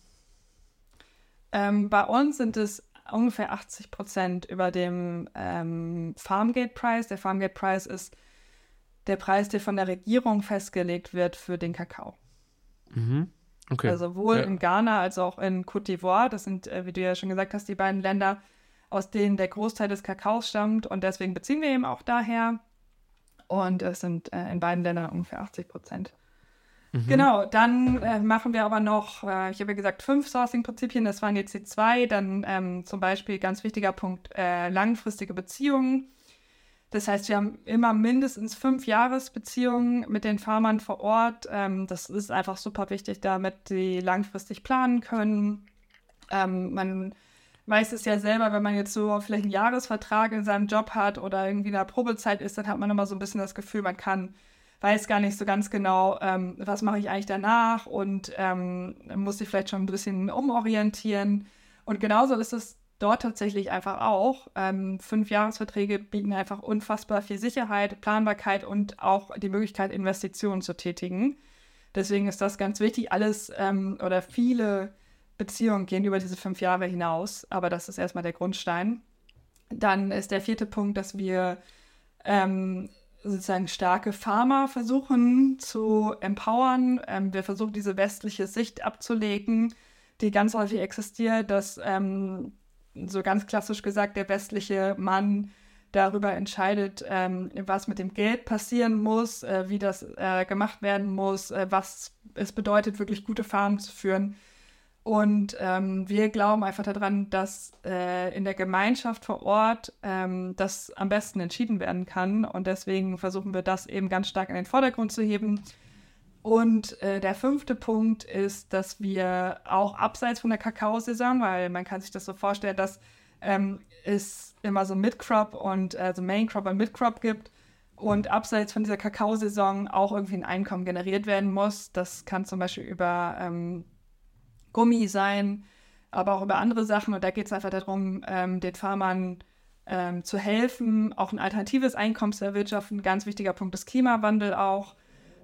Bei uns sind es ungefähr 80% über dem Farmgate-Preis. Der Farmgate-Preis ist der Preis, der von der Regierung festgelegt wird für den Kakao. Mhm. Okay. Also sowohl in Ghana als auch in Côte d'Ivoire. Das sind, wie du ja schon gesagt hast, die beiden Länder, aus denen der Großteil des Kakaos stammt. Und deswegen beziehen wir eben auch daher. Und es sind in beiden Ländern ungefähr 80%. Mhm. Genau, dann machen wir aber noch, ich habe ja gesagt, 5 Sourcing-Prinzipien, das waren jetzt die 2. Dann zum Beispiel, ganz wichtiger Punkt, langfristige Beziehungen. Das heißt, wir haben immer mindestens 5 Jahresbeziehungen mit den Farmern vor Ort. Das ist einfach super wichtig, damit sie langfristig planen können. Man weiß es ja selber, wenn man jetzt so vielleicht einen Jahresvertrag in seinem Job hat oder irgendwie in der Probezeit ist, dann hat man immer so ein bisschen das Gefühl, weiß gar nicht so ganz genau, was mache ich eigentlich danach und muss sich vielleicht schon ein bisschen umorientieren. Und genauso ist es dort tatsächlich einfach auch. 5 Jahresverträge bieten einfach unfassbar viel Sicherheit, Planbarkeit und auch die Möglichkeit, Investitionen zu tätigen. Deswegen ist das ganz wichtig. Alles oder viele Beziehungen gehen über diese 5 Jahre hinaus, aber das ist erstmal der Grundstein. Dann ist der 4. Punkt, dass wir sozusagen starke Farmer versuchen zu empowern. Wir versuchen, diese westliche Sicht abzulegen, die ganz häufig existiert, dass so ganz klassisch gesagt der westliche Mann darüber entscheidet, was mit dem Geld passieren muss, wie das gemacht werden muss, was es bedeutet, wirklich gute Farmen zu führen. Und wir glauben einfach daran, dass in der Gemeinschaft vor Ort das am besten entschieden werden kann. Und deswegen versuchen wir das eben ganz stark in den Vordergrund zu heben. Und der 5. Punkt ist, dass wir auch abseits von der Kakaosaison, weil man kann sich das so vorstellen, dass es immer so Mid-Crop und so Main-Crop und Mid-Crop gibt. Und abseits von dieser Kakaosaison auch irgendwie ein Einkommen generiert werden muss. Das kann zum Beispiel über Gummi sein, aber auch über andere Sachen. Und da geht es einfach darum, den Farmern zu helfen, auch ein alternatives Einkommen zu erwirtschaften. Ganz wichtiger Punkt ist Klimawandel auch.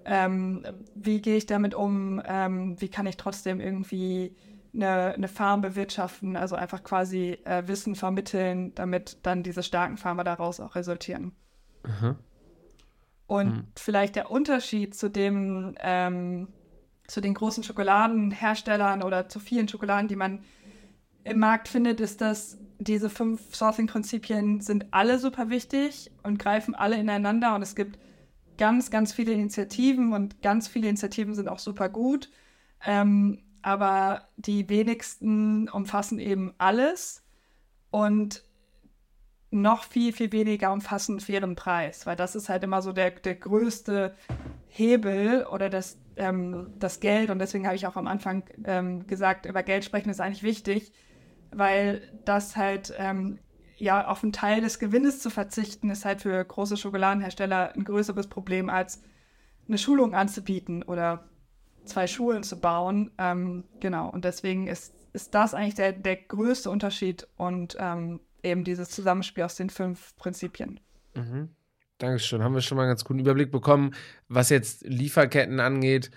Wie gehe ich damit um? Wie kann ich trotzdem irgendwie eine Farm bewirtschaften? Also einfach quasi Wissen vermitteln, damit dann diese starken Farmer daraus auch resultieren. Mhm. Und vielleicht der Unterschied zu den großen Schokoladenherstellern oder zu vielen Schokoladen, die man im Markt findet, ist, dass diese 5 Sourcing-Prinzipien sind alle super wichtig und greifen alle ineinander. Und es gibt ganz, ganz viele Initiativen und ganz viele Initiativen sind auch super gut. Aber die wenigsten umfassen eben alles und noch viel, viel weniger umfassen einen fairen Preis, weil das ist halt immer so der größte Hebel oder das Geld. Und deswegen habe ich auch am Anfang gesagt, über Geld sprechen ist eigentlich wichtig, weil das halt auf einen Teil des Gewinnes zu verzichten, ist halt für große Schokoladenhersteller ein größeres Problem, als eine Schulung anzubieten oder 2 Schulen zu bauen. Genau, und deswegen ist das eigentlich der größte Unterschied und eben dieses Zusammenspiel aus den 5 Prinzipien. Mhm. Dankeschön. Haben wir schon mal einen ganz guten Überblick bekommen. Was jetzt Lieferketten angeht,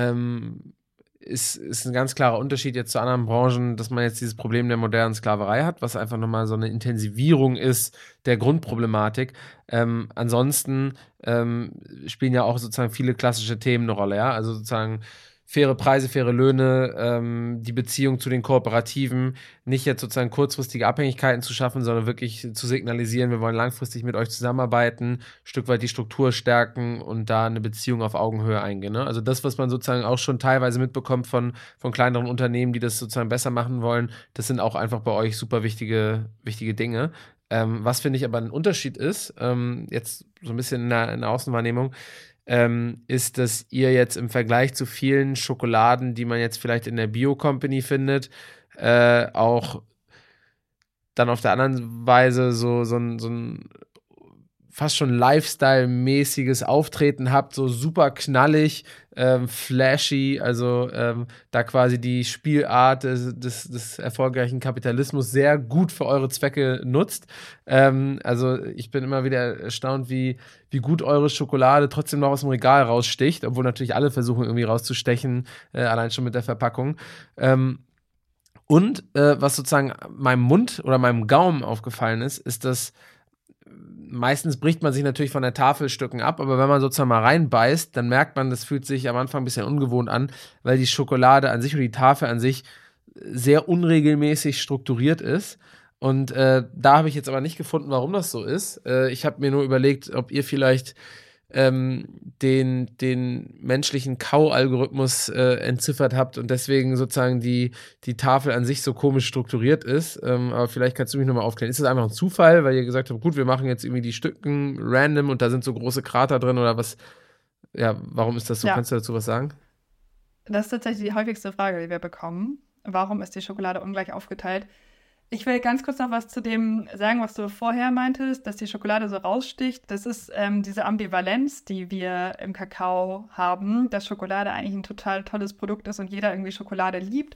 ist ein ganz klarer Unterschied jetzt zu anderen Branchen, dass man jetzt dieses Problem der modernen Sklaverei hat, was einfach nochmal so eine Intensivierung ist der Grundproblematik. Ansonsten spielen ja auch sozusagen viele klassische Themen eine Rolle, ja, also sozusagen faire Preise, faire Löhne, die Beziehung zu den Kooperativen, nicht jetzt sozusagen kurzfristige Abhängigkeiten zu schaffen, sondern wirklich zu signalisieren, wir wollen langfristig mit euch zusammenarbeiten, ein Stück weit die Struktur stärken und da eine Beziehung auf Augenhöhe eingehen. Ne? Also das, was man sozusagen auch schon teilweise mitbekommt von kleineren Unternehmen, die das sozusagen besser machen wollen, das sind auch einfach bei euch super wichtige Dinge. Was finde ich aber ein Unterschied ist, jetzt so ein bisschen in der Außenwahrnehmung, ist, dass ihr jetzt im Vergleich zu vielen Schokoladen, die man jetzt vielleicht in der Bio-Company findet, auch dann auf der anderen Weise so ein fast schon Lifestyle-mäßiges Auftreten habt, so super knallig, flashy, also da quasi die Spielart des erfolgreichen Kapitalismus sehr gut für eure Zwecke nutzt. Also ich bin immer wieder erstaunt, wie gut eure Schokolade trotzdem noch aus dem Regal raussticht, obwohl natürlich alle versuchen irgendwie rauszustechen, allein schon mit der Verpackung. Und was sozusagen meinem Mund oder meinem Gaumen aufgefallen ist, dass meistens bricht man sich natürlich von der Tafel Stücken ab, aber wenn man sozusagen mal reinbeißt, dann merkt man, das fühlt sich am Anfang ein bisschen ungewohnt an, weil die Schokolade an sich oder die Tafel an sich sehr unregelmäßig strukturiert ist. Und da habe ich jetzt aber nicht gefunden, warum das so ist. Ich habe mir nur überlegt, ob ihr vielleicht den menschlichen Kau-Algorithmus entziffert habt und deswegen sozusagen die Tafel an sich so komisch strukturiert ist. Aber vielleicht kannst du mich nochmal aufklären. Ist das einfach ein Zufall, weil ihr gesagt habt, gut, wir machen jetzt irgendwie die Stücken random und da sind so große Krater drin oder was? Ja, warum ist das so? Ja. Kannst du dazu was sagen? Das ist tatsächlich die häufigste Frage, die wir bekommen. Warum ist die Schokolade ungleich aufgeteilt? Ich will ganz kurz noch was zu dem sagen, was du vorher meintest, dass die Schokolade so raussticht. Das ist diese Ambivalenz, die wir im Kakao haben, dass Schokolade eigentlich ein total tolles Produkt ist und jeder irgendwie Schokolade liebt.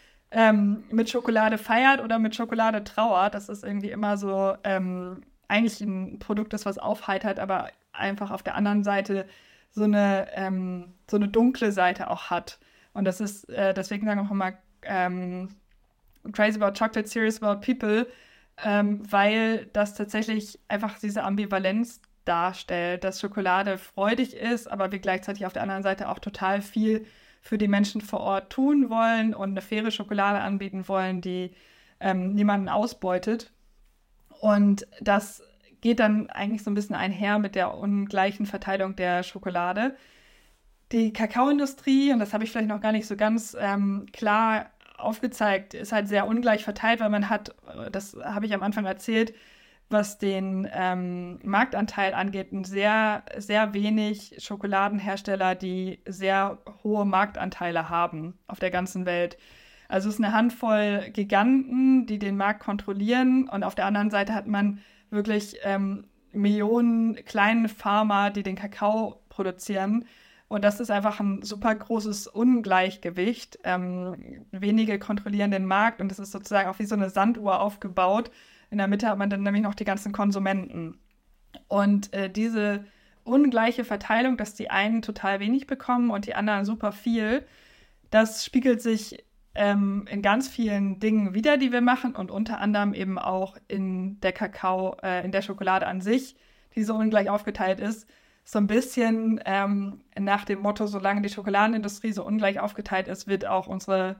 Mit Schokolade feiert oder mit Schokolade trauert. Das ist irgendwie immer so eigentlich ein Produkt, das was aufheitert, aber einfach auf der anderen Seite so eine dunkle Seite auch hat. Und das ist, deswegen sagen wir auch immer, Crazy About Chocolate, Serious About People, weil das tatsächlich einfach diese Ambivalenz darstellt, dass Schokolade freudig ist, aber wir gleichzeitig auf der anderen Seite auch total viel für die Menschen vor Ort tun wollen und eine faire Schokolade anbieten wollen, die niemanden ausbeutet. Und das geht dann eigentlich so ein bisschen einher mit der ungleichen Verteilung der Schokolade. Die Kakaoindustrie, und das habe ich vielleicht noch gar nicht so ganz klar aufgezeigt, ist halt sehr ungleich verteilt, weil man hat, das habe ich am Anfang erzählt, was den Marktanteil angeht, sehr, sehr wenig Schokoladenhersteller, die sehr hohe Marktanteile haben auf der ganzen Welt. Also es ist eine Handvoll Giganten, die den Markt kontrollieren und auf der anderen Seite hat man wirklich Millionen kleine Farmer, die den Kakao produzieren. Und das ist einfach ein super großes Ungleichgewicht. Wenige kontrollieren den Markt und es ist sozusagen auch wie so eine Sanduhr aufgebaut. In der Mitte hat man dann nämlich noch die ganzen Konsumenten. Und diese ungleiche Verteilung, dass die einen total wenig bekommen und die anderen super viel, das spiegelt sich in ganz vielen Dingen wider, die wir machen und unter anderem eben auch in der Kakao, in der Schokolade an sich, die so ungleich aufgeteilt ist. So ein bisschen nach dem Motto, solange die Schokoladenindustrie so ungleich aufgeteilt ist, wird auch unsere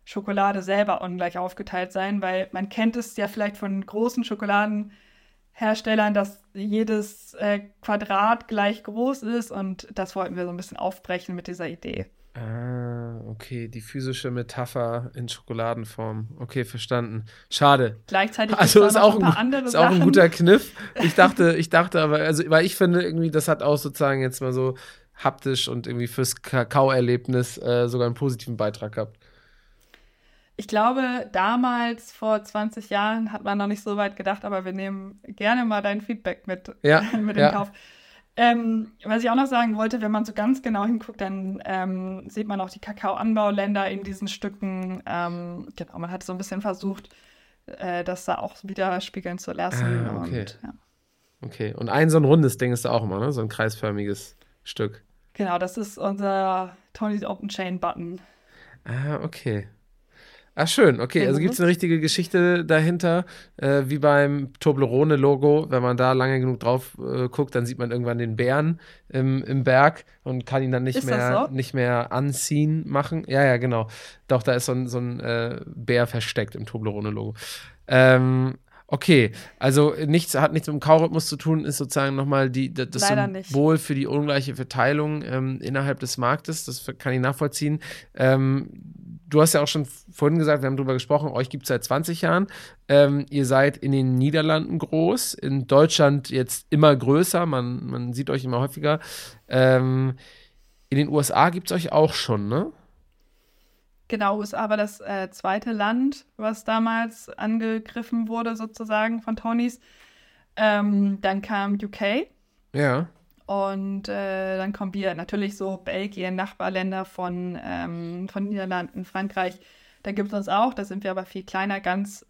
Schokolade selber ungleich aufgeteilt sein, weil man kennt es ja vielleicht von großen Schokoladenherstellern, dass jedes Quadrat gleich groß ist und das wollten wir so ein bisschen aufbrechen mit dieser Idee. Ah, okay, die physische Metapher in Schokoladenform. Okay, verstanden. Schade. Gleichzeitig Also gibt's ist auch auch noch ein paar andere ist auch ein Sachen. guter Kniff. Ich dachte aber, also, weil ich finde irgendwie, das hat auch sozusagen jetzt mal so haptisch und irgendwie fürs Kakao-Erlebnis sogar einen positiven Beitrag gehabt. Ich glaube, damals, vor 20 Jahren, hat man noch nicht so weit gedacht, aber wir nehmen gerne mal dein Feedback mit, Ja, mit ja. dem Kauf. Was ich auch noch sagen wollte, wenn man so ganz genau hinguckt, dann sieht man auch die Kakaoanbauländer in diesen Stücken. Genau, man hat so ein bisschen versucht, das da auch widerspiegeln zu lassen. Ah, okay. Und, ja. Okay, und ein so ein rundes Ding ist da auch immer, ne? So ein kreisförmiges Stück. Genau, das ist unser Tony's Open Chain Button. Ah, okay. Ah, schön. Okay, also gibt es eine richtige Geschichte dahinter, wie beim Toblerone-Logo. Wenn man da lange genug drauf guckt, dann sieht man irgendwann den Bären im Berg und kann ihn dann nicht Ist das mehr, so? nicht mehr anziehen machen. Ja, ja, genau. Doch, da ist so ein Bär versteckt im Toblerone-Logo. Okay, also hat nichts mit dem Kaurhythmus zu tun, ist sozusagen nochmal das Leider nicht. Symbol für die ungleiche Verteilung innerhalb des Marktes. Das kann ich nachvollziehen. Du hast ja auch schon vorhin gesagt, wir haben drüber gesprochen, euch gibt es seit 20 Jahren. Ihr seid in den Niederlanden groß, in Deutschland jetzt immer größer, man sieht euch immer häufiger. In den USA gibt es euch auch schon, ne? Genau, USA war das zweite Land, was damals angegriffen wurde, sozusagen von Tonys. Dann kam UK Ja. und dann kommen wir natürlich so Belgien, Nachbarländer von Niederlanden, Frankreich. Da gibt es uns auch, da sind wir aber viel kleiner. Ganz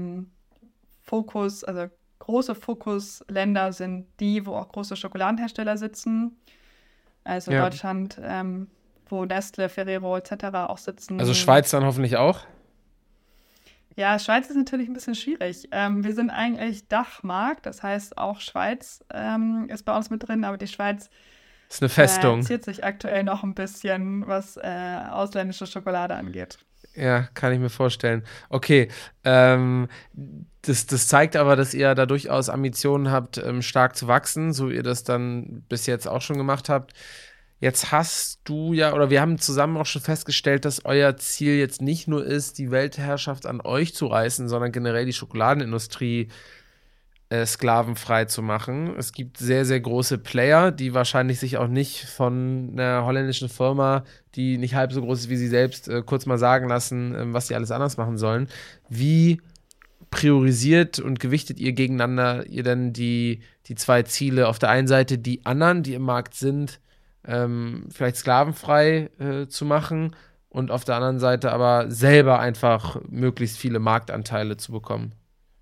also große Fokusländer sind die, wo auch große Schokoladenhersteller sitzen. Also Ja. Deutschland, wo Nestle, Ferrero etc. auch sitzen. Also Schweiz dann hoffentlich auch. Ja, Schweiz ist natürlich ein bisschen schwierig. Wir sind eigentlich Dachmarkt, das heißt auch Schweiz ist bei uns mit drin, aber die Schweiz Ist eine Festung. ziert sich aktuell noch ein bisschen, was ausländische Schokolade angeht. Ja, kann ich mir vorstellen. Okay, das zeigt aber, dass ihr da durchaus Ambitionen habt, stark zu wachsen, so wie ihr das dann bis jetzt auch schon gemacht habt. Jetzt hast du ja, oder wir haben zusammen auch schon festgestellt, dass euer Ziel jetzt nicht nur ist, die Weltherrschaft an euch zu reißen, sondern generell die Schokoladenindustrie sklavenfrei zu machen. Es gibt sehr, sehr große Player, die wahrscheinlich sich auch nicht von einer holländischen Firma, die nicht halb so groß ist wie sie selbst, kurz mal sagen lassen, was sie alles anders machen sollen. Wie priorisiert und gewichtet ihr gegeneinander denn die zwei Ziele? Auf der einen Seite die anderen, die im Markt sind, vielleicht sklavenfrei zu machen und auf der anderen Seite aber selber einfach möglichst viele Marktanteile zu bekommen.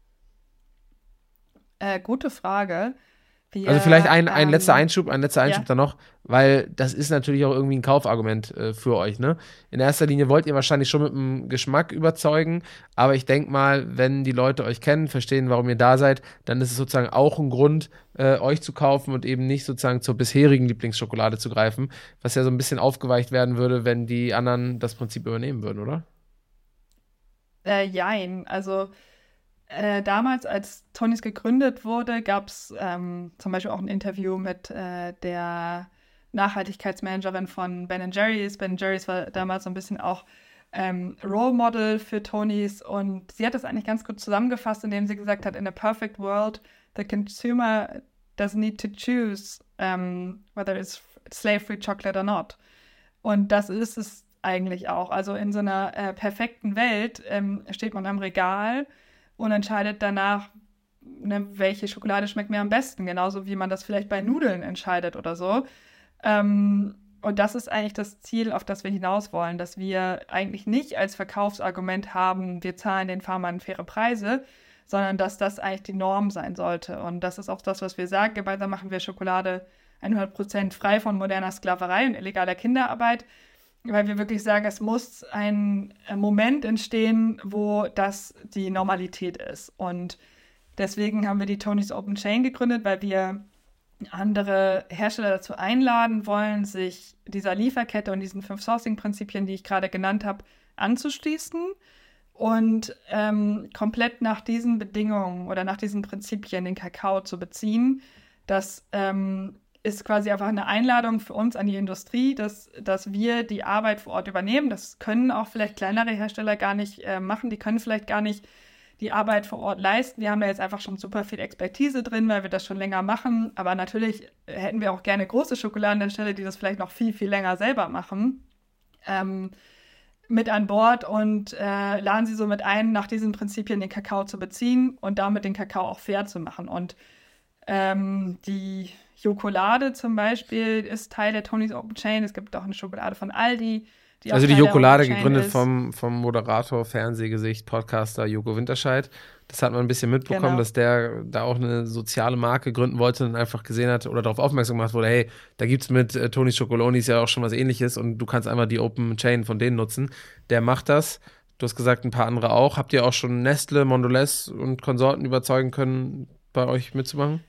Gute Frage. Also vielleicht ein letzter Einschub ja. dann noch, weil das ist natürlich auch irgendwie ein Kaufargument für euch, ne? In erster Linie wollt ihr wahrscheinlich schon mit dem Geschmack überzeugen, aber ich denke mal, wenn die Leute euch kennen, verstehen, warum ihr da seid, dann ist es sozusagen auch ein Grund, euch zu kaufen und eben nicht sozusagen zur bisherigen Lieblingsschokolade zu greifen, was ja so ein bisschen aufgeweicht werden würde, wenn die anderen das Prinzip übernehmen würden, oder? Jein, also damals, als Tonys gegründet wurde, gab es zum Beispiel auch ein Interview mit der Nachhaltigkeitsmanagerin von Ben & Jerry's. Ben & Jerry's war damals so ein bisschen auch Role Model für Tonys und sie hat das eigentlich ganz gut zusammengefasst, indem sie gesagt hat, in a perfect world, the consumer doesn't need to choose whether it's slave-free chocolate or not. Und das ist es eigentlich auch. Also in so einer perfekten Welt steht man am Regal und entscheidet danach, ne, welche Schokolade schmeckt mir am besten, genauso wie man das vielleicht bei Nudeln entscheidet oder so. Und das ist eigentlich das Ziel, auf das wir hinaus wollen, dass wir eigentlich nicht als Verkaufsargument haben, wir zahlen den Farmern faire Preise, sondern dass das eigentlich die Norm sein sollte. Und das ist auch das, was wir sagen. Gemeinsam machen wir Schokolade 100% frei von moderner Sklaverei und illegaler Kinderarbeit, weil wir wirklich sagen, es muss ein Moment entstehen, wo das die Normalität ist. Und deswegen haben wir die Tonys Open Chain gegründet, weil wir andere Hersteller dazu einladen wollen, sich dieser Lieferkette und diesen 5 Sourcing-Prinzipien, die ich gerade genannt habe, anzuschließen und komplett nach diesen Bedingungen oder nach diesen Prinzipien den Kakao zu beziehen. Das ist quasi einfach eine Einladung für uns an die Industrie, dass wir die Arbeit vor Ort übernehmen. Das können auch vielleicht kleinere Hersteller gar nicht machen. Die können vielleicht gar nicht die Arbeit vor Ort leisten. Wir haben da jetzt einfach schon super viel Expertise drin, weil wir das schon länger machen. Aber natürlich hätten wir auch gerne große Schokoladenhersteller, die das vielleicht noch viel, viel länger selber machen, mit an Bord und laden sie so mit ein, nach diesen Prinzipien den Kakao zu beziehen und damit den Kakao auch fair zu machen. Und die Jokolade zum Beispiel ist Teil der Tony's Open Chain. Es gibt auch eine Schokolade von Aldi. Die Also die Teil der Jokolade Open Chain gegründet ist. vom Moderator, Fernsehgesicht, Podcaster Joko Winterscheid. Das hat man ein bisschen mitbekommen, Genau. dass der da auch eine soziale Marke gründen wollte und einfach gesehen hat oder darauf aufmerksam gemacht wurde, hey, da gibt's mit Tony's Schokolonis ja auch schon was Ähnliches und du kannst einfach die Open Chain von denen nutzen. Der macht das. Du hast gesagt, ein paar andere auch. Habt ihr auch schon Nestle, Mondelez und Konsorten überzeugen können, bei euch mitzumachen?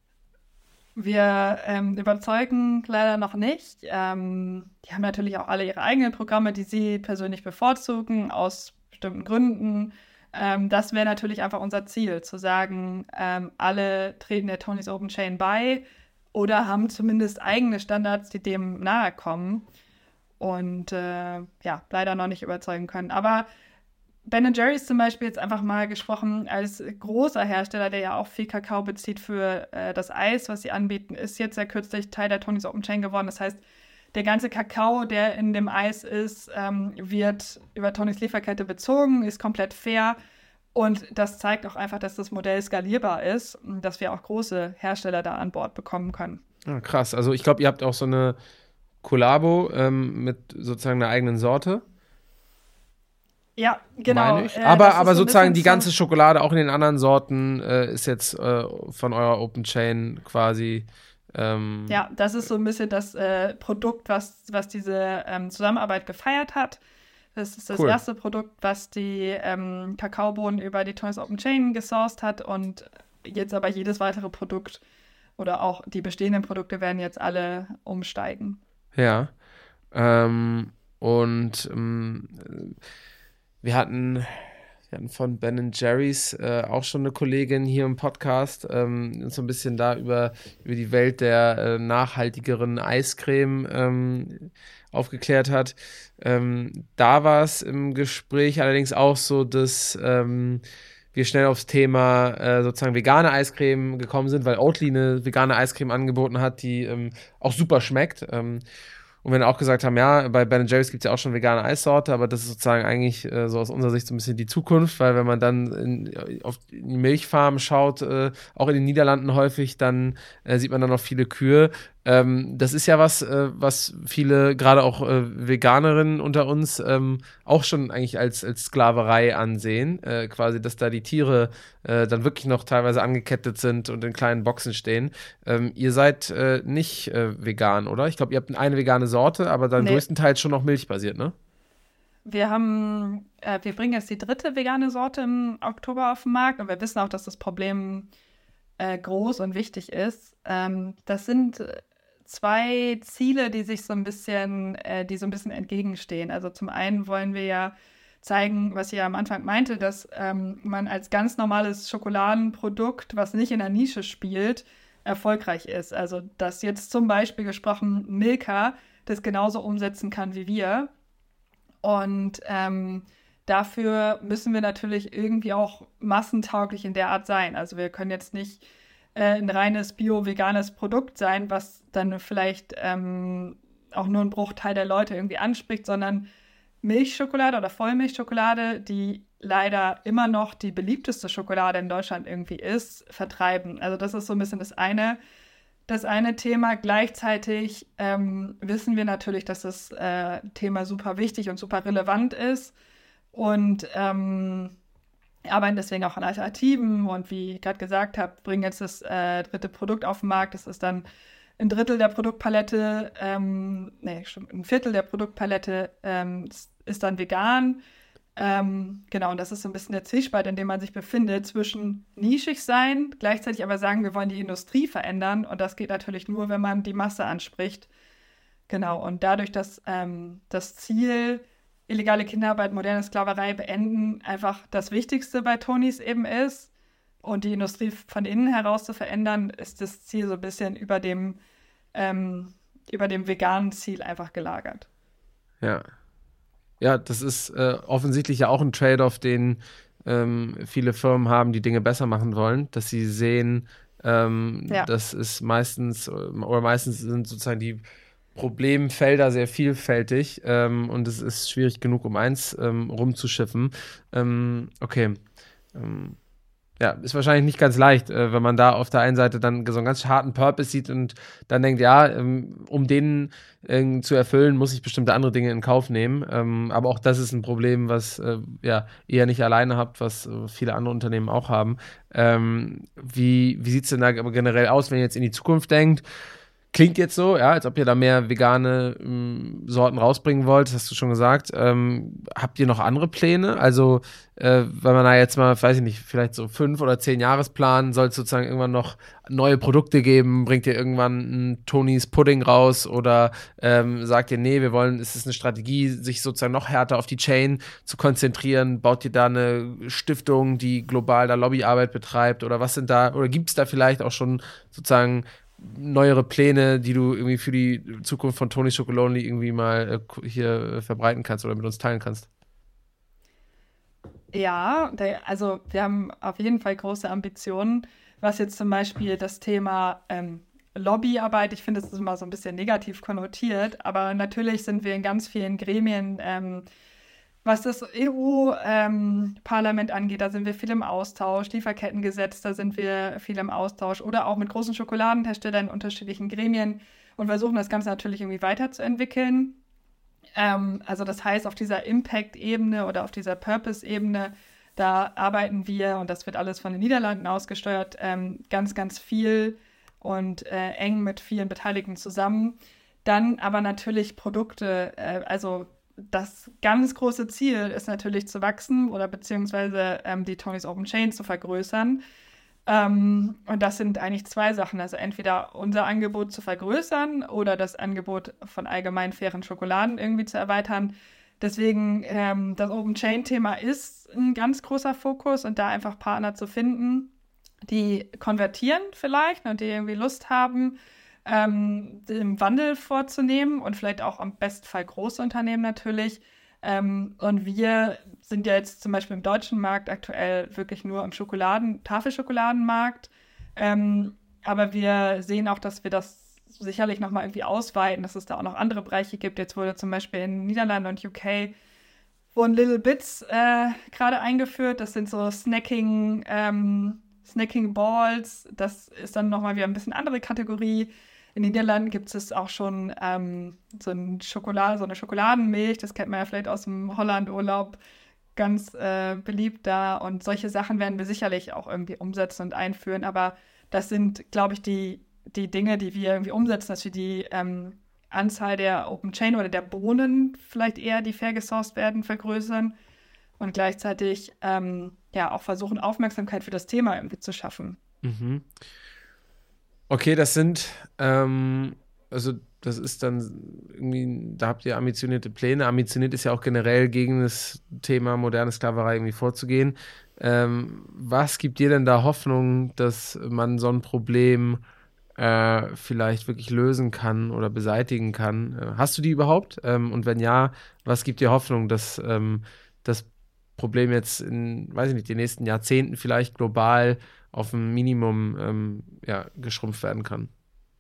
Wir überzeugen leider noch nicht. Die haben natürlich auch alle ihre eigenen Programme, die sie persönlich bevorzugen, aus bestimmten Gründen. Das wäre natürlich einfach unser Ziel, zu sagen, alle treten der Tony's Open Chain bei oder haben zumindest eigene Standards, die dem nahe kommen und leider noch nicht überzeugen können. Aber Ben & Jerry's zum Beispiel jetzt einfach mal gesprochen, als großer Hersteller, der ja auch viel Kakao bezieht für das Eis, was sie anbieten, ist jetzt sehr kürzlich Teil der Tony's Open Chain geworden. Das heißt, der ganze Kakao, der in dem Eis ist, wird über Tony's Lieferkette bezogen, ist komplett fair. Und das zeigt auch einfach, dass das Modell skalierbar ist und dass wir auch große Hersteller da an Bord bekommen können. Ja, krass. Also ich glaube, ihr habt auch so eine Kollabo mit sozusagen einer eigenen Sorte. Ja, genau. Meine ich. Das Aber ist so ein sozusagen bisschen die ganze Schokolade, auch in den anderen Sorten, ist jetzt von eurer Open Chain quasi. Ja, das ist so ein bisschen das Produkt, was diese Zusammenarbeit gefeiert hat. Das ist das Cool. erste Produkt, was die Kakaobohnen über die Tony's Open Chain gesourced hat. Und jetzt aber jedes weitere Produkt oder auch die bestehenden Produkte werden jetzt alle umsteigen. Ja. Wir hatten von Ben & Jerry's auch schon eine Kollegin hier im Podcast, uns so ein bisschen da über die Welt der nachhaltigeren Eiscreme aufgeklärt hat. Da war es im Gespräch allerdings auch so, dass wir schnell aufs Thema sozusagen vegane Eiscreme gekommen sind, weil Oatly eine vegane Eiscreme angeboten hat, die auch super schmeckt. Und wir dann auch gesagt haben, ja, bei Ben & Jerry's gibt es ja auch schon vegane Eissorte, aber das ist sozusagen eigentlich so aus unserer Sicht so ein bisschen die Zukunft, weil wenn man dann auf die Milchfarmen schaut, auch in den Niederlanden häufig, dann sieht man dann noch viele Kühe. Das ist ja was viele, gerade auch Veganerinnen unter uns, auch schon eigentlich als Sklaverei ansehen. Quasi, dass da die Tiere dann wirklich noch teilweise angekettet sind und in kleinen Boxen stehen. Ihr seid nicht vegan, oder? Ich glaube, ihr habt eine vegane Sorte, aber dann größtenteils schon noch milchbasiert, ne? Wir bringen jetzt die 3. vegane Sorte im Oktober auf den Markt und wir wissen auch, dass das Problem groß und wichtig ist. Das sind 2 Ziele, die so ein bisschen entgegenstehen. Also zum einen wollen wir ja zeigen, was ich ja am Anfang meinte, dass man als ganz normales Schokoladenprodukt, was nicht in der Nische spielt, erfolgreich ist. Also dass jetzt zum Beispiel gesprochen Milka das genauso umsetzen kann wie wir. Und dafür müssen wir natürlich irgendwie auch massentauglich in der Art sein. Also wir können jetzt nicht ein reines bio-veganes Produkt sein, was dann vielleicht auch nur einen Bruchteil der Leute irgendwie anspricht, sondern Milchschokolade oder Vollmilchschokolade, die leider immer noch die beliebteste Schokolade in Deutschland irgendwie ist, vertreiben. Also das ist so ein bisschen das eine Thema. Gleichzeitig wissen wir natürlich, dass das Thema super wichtig und super relevant ist und arbeiten deswegen auch an Alternativen und wie ich gerade gesagt habe, bringen jetzt das 3. Produkt auf den Markt. Das ist dann ein Drittel der Produktpalette, ein Viertel der Produktpalette ist dann vegan. Genau, und das ist so ein bisschen der Zwiespalt, in dem man sich befindet, zwischen nischig sein, gleichzeitig aber sagen, wir wollen die Industrie verändern. Und das geht natürlich nur, wenn man die Masse anspricht. Genau, und dadurch, dass das Ziel illegale Kinderarbeit, moderne Sklaverei beenden einfach das Wichtigste bei Tonys eben ist und die Industrie von innen heraus zu verändern, ist das Ziel so ein bisschen über dem veganen Ziel einfach gelagert. Ja. Ja, das ist offensichtlich ja auch ein Trade-off, den viele Firmen haben, die Dinge besser machen wollen, dass sie sehen, das ist meistens sind sozusagen die Problemfelder sehr vielfältig und es ist schwierig genug, um eins rumzuschiffen. Okay. Ja, ist wahrscheinlich nicht ganz leicht, wenn man da auf der einen Seite dann so einen ganz harten Purpose sieht und dann denkt, ja, um den zu erfüllen, muss ich bestimmte andere Dinge in Kauf nehmen. Aber auch das ist ein Problem, was ihr nicht alleine habt, was viele andere Unternehmen auch haben. Wie sieht es denn da aber generell aus, wenn ihr jetzt in die Zukunft denkt? Klingt jetzt so, ja, als ob ihr da mehr vegane Sorten rausbringen wollt, das hast du schon gesagt. Habt ihr noch andere Pläne? Also, wenn man da jetzt mal, weiß ich nicht, vielleicht so 5 oder 10 Jahresplan, soll es sozusagen irgendwann noch neue Produkte geben? Bringt ihr irgendwann einen Tonys Pudding raus? Oder sagt ihr, nee, es ist eine Strategie, sich sozusagen noch härter auf die Chain zu konzentrieren? Baut ihr da eine Stiftung, die global da Lobbyarbeit betreibt? Oder gibt es da vielleicht auch schon sozusagen neuere Pläne, die du irgendwie für die Zukunft von Tony Chocolonely irgendwie mal hier verbreiten kannst oder mit uns teilen kannst? Ja, also wir haben auf jeden Fall große Ambitionen, was jetzt zum Beispiel das Thema Lobbyarbeit, ich finde, es ist immer so ein bisschen negativ konnotiert, aber natürlich sind wir in ganz vielen Gremien, was das EU-Parlament angeht, da sind wir viel im Austausch, Lieferkettengesetz, da sind wir viel im Austausch oder auch mit großen Schokoladenherstellern in unterschiedlichen Gremien und versuchen das Ganze natürlich irgendwie weiterzuentwickeln. Also das heißt, auf dieser Impact-Ebene oder auf dieser Purpose-Ebene, da arbeiten wir, und das wird alles von den Niederlanden ausgesteuert, ganz, ganz viel und eng mit vielen Beteiligten zusammen. Dann aber natürlich Produkte, also das ganz große Ziel ist natürlich zu wachsen oder beziehungsweise die Tonys Open Chain zu vergrößern. Und das sind eigentlich 2 Sachen. Also entweder unser Angebot zu vergrößern oder das Angebot von allgemein fairen Schokoladen irgendwie zu erweitern. Deswegen das Open Chain-Thema ist ein ganz großer Fokus und da einfach Partner zu finden, die konvertieren vielleicht und die irgendwie Lust haben, den Wandel vorzunehmen und vielleicht auch am besten Fall große Unternehmen natürlich. Und wir sind ja jetzt zum Beispiel im deutschen Markt aktuell wirklich nur im Tafelschokoladenmarkt. Aber wir sehen auch, dass wir das sicherlich nochmal irgendwie ausweiten, dass es da auch noch andere Bereiche gibt. Jetzt wurde zum Beispiel in Niederlanden und UK wurden Little Bits gerade eingeführt. Das sind so Snacking Balls. Das ist dann nochmal wieder ein bisschen andere Kategorie. In den Niederlanden gibt es auch schon so eine Schokoladenmilch, das kennt man ja vielleicht aus dem Holland-Urlaub, ganz beliebt da. Und solche Sachen werden wir sicherlich auch irgendwie umsetzen und einführen. Aber das sind, glaube ich, die Dinge, die wir irgendwie umsetzen, dass wir die Anzahl der Open Chain oder der Bohnen vielleicht eher, die fair gesourced werden, vergrößern und gleichzeitig auch versuchen, Aufmerksamkeit für das Thema irgendwie zu schaffen. Mhm. Okay, das sind, das ist dann irgendwie, da habt ihr ambitionierte Pläne. Ambitioniert ist ja auch generell gegen das Thema moderne Sklaverei irgendwie vorzugehen. Was gibt dir denn da Hoffnung, dass man so ein Problem vielleicht wirklich lösen kann oder beseitigen kann? Hast du die überhaupt? Und wenn ja, was gibt dir Hoffnung, dass das Problem jetzt in, weiß ich nicht, den nächsten Jahrzehnten vielleicht global auf ein Minimum geschrumpft werden kann?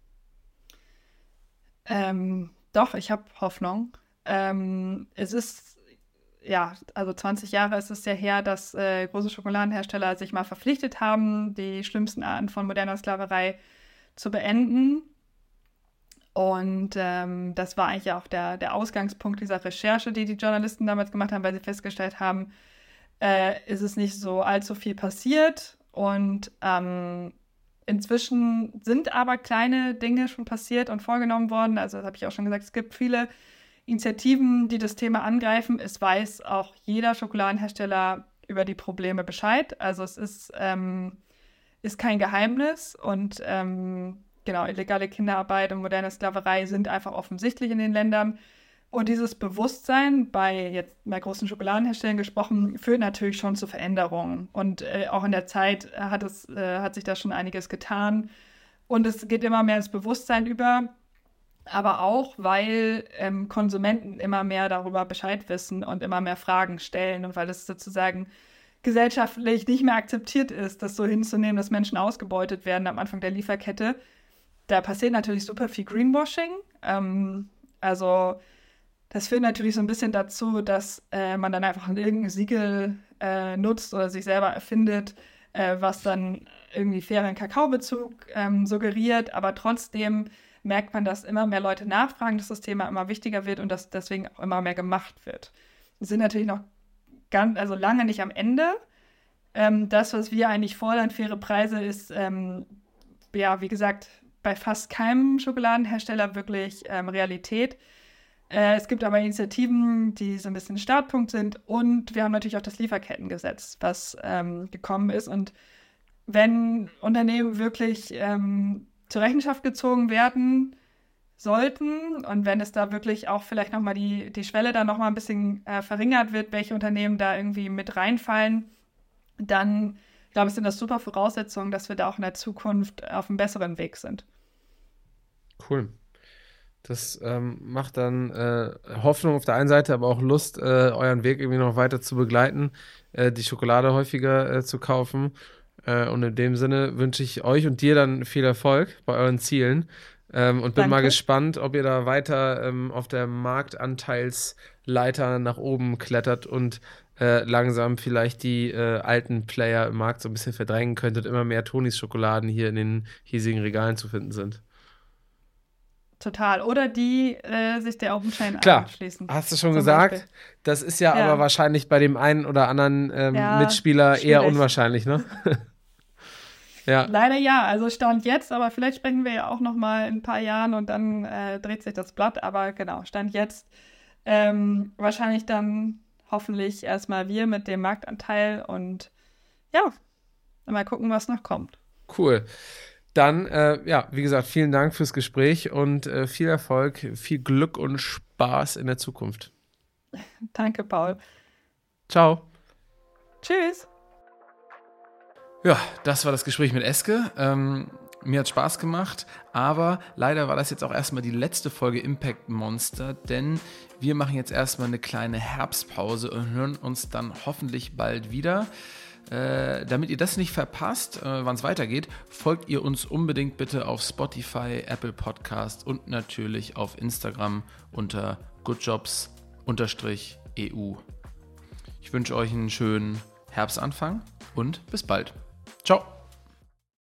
Doch, ich habe Hoffnung. Es ist, also 20 Jahre ist es ja her, dass große Schokoladenhersteller sich mal verpflichtet haben, die schlimmsten Arten von moderner Sklaverei zu beenden. Und das war eigentlich auch der Ausgangspunkt dieser Recherche, die Journalisten damals gemacht haben, weil sie festgestellt haben, ist es nicht so allzu viel passiert. Und inzwischen sind aber kleine Dinge schon passiert und vorgenommen worden. Also das habe ich auch schon gesagt, es gibt viele Initiativen, die das Thema angreifen. Es weiß auch jeder Schokoladenhersteller über die Probleme Bescheid. Also es ist kein Geheimnis. Und illegale Kinderarbeit und moderne Sklaverei sind einfach offensichtlich in den Ländern. Und dieses Bewusstsein, bei großen Schokoladenherstellern gesprochen, führt natürlich schon zu Veränderungen. Und auch in der Zeit hat sich da schon einiges getan. Und es geht immer mehr ins Bewusstsein über, aber auch, weil Konsumenten immer mehr darüber Bescheid wissen und immer mehr Fragen stellen und weil es sozusagen gesellschaftlich nicht mehr akzeptiert ist, das so hinzunehmen, dass Menschen ausgebeutet werden am Anfang der Lieferkette. Da passiert natürlich super viel Greenwashing. Also das führt natürlich so ein bisschen dazu, dass man dann einfach irgendein Siegel nutzt oder sich selber erfindet, was dann irgendwie fairen Kakaobezug suggeriert. Aber trotzdem merkt man, dass immer mehr Leute nachfragen, dass das Thema immer wichtiger wird und dass deswegen auch immer mehr gemacht wird. Wir sind natürlich noch lange nicht am Ende. Das, was wir eigentlich fordern, faire Preise, ist, wie gesagt, bei fast keinem Schokoladenhersteller wirklich Realität. Es gibt aber Initiativen, die so ein bisschen Startpunkt sind und wir haben natürlich auch das Lieferkettengesetz, was gekommen ist. Und wenn Unternehmen wirklich zur Rechenschaft gezogen werden sollten und wenn es da wirklich auch vielleicht nochmal die Schwelle dann nochmal ein bisschen verringert wird, welche Unternehmen da irgendwie mit reinfallen, dann, glaube ich, sind das super Voraussetzungen, dass wir da auch in der Zukunft auf einem besseren Weg sind. Cool. Das macht dann Hoffnung auf der einen Seite, aber auch Lust, euren Weg irgendwie noch weiter zu begleiten, die Schokolade häufiger zu kaufen. Und in dem Sinne wünsche ich euch und dir dann viel Erfolg bei euren Zielen und bin mal gespannt, ob ihr da weiter auf der Marktanteilsleiter nach oben klettert und langsam vielleicht die alten Player im Markt so ein bisschen verdrängen könnt und immer mehr Tonis Schokoladen hier in den hiesigen Regalen zu finden sind. Total. Oder die sich der Open Chain anschließen. Klar, hast du schon gesagt. Beispiel. Das ist ja aber wahrscheinlich bei dem einen oder anderen Mitspieler schwierig. Eher unwahrscheinlich, ne? Ja. Leider ja. Also Stand jetzt, aber vielleicht sprechen wir ja auch noch mal in ein paar Jahren und dann dreht sich das Blatt. Aber genau, Stand jetzt wahrscheinlich dann hoffentlich erstmal wir mit dem Marktanteil und ja, mal gucken, was noch kommt. Cool. Dann, wie gesagt, vielen Dank fürs Gespräch und viel Erfolg, viel Glück und Spaß in der Zukunft. Danke, Paul. Ciao. Tschüss. Ja, das war das Gespräch mit Eske. Mir hat Spaß gemacht, aber leider war das jetzt auch erstmal die letzte Folge Impact Monster, denn wir machen jetzt erstmal eine kleine Herbstpause und hören uns dann hoffentlich bald wieder. Damit ihr das nicht verpasst, wann es weitergeht, folgt ihr uns unbedingt bitte auf Spotify, Apple Podcast und natürlich auf Instagram unter goodjobs_EU. Ich wünsche euch einen schönen Herbstanfang und bis bald. Ciao.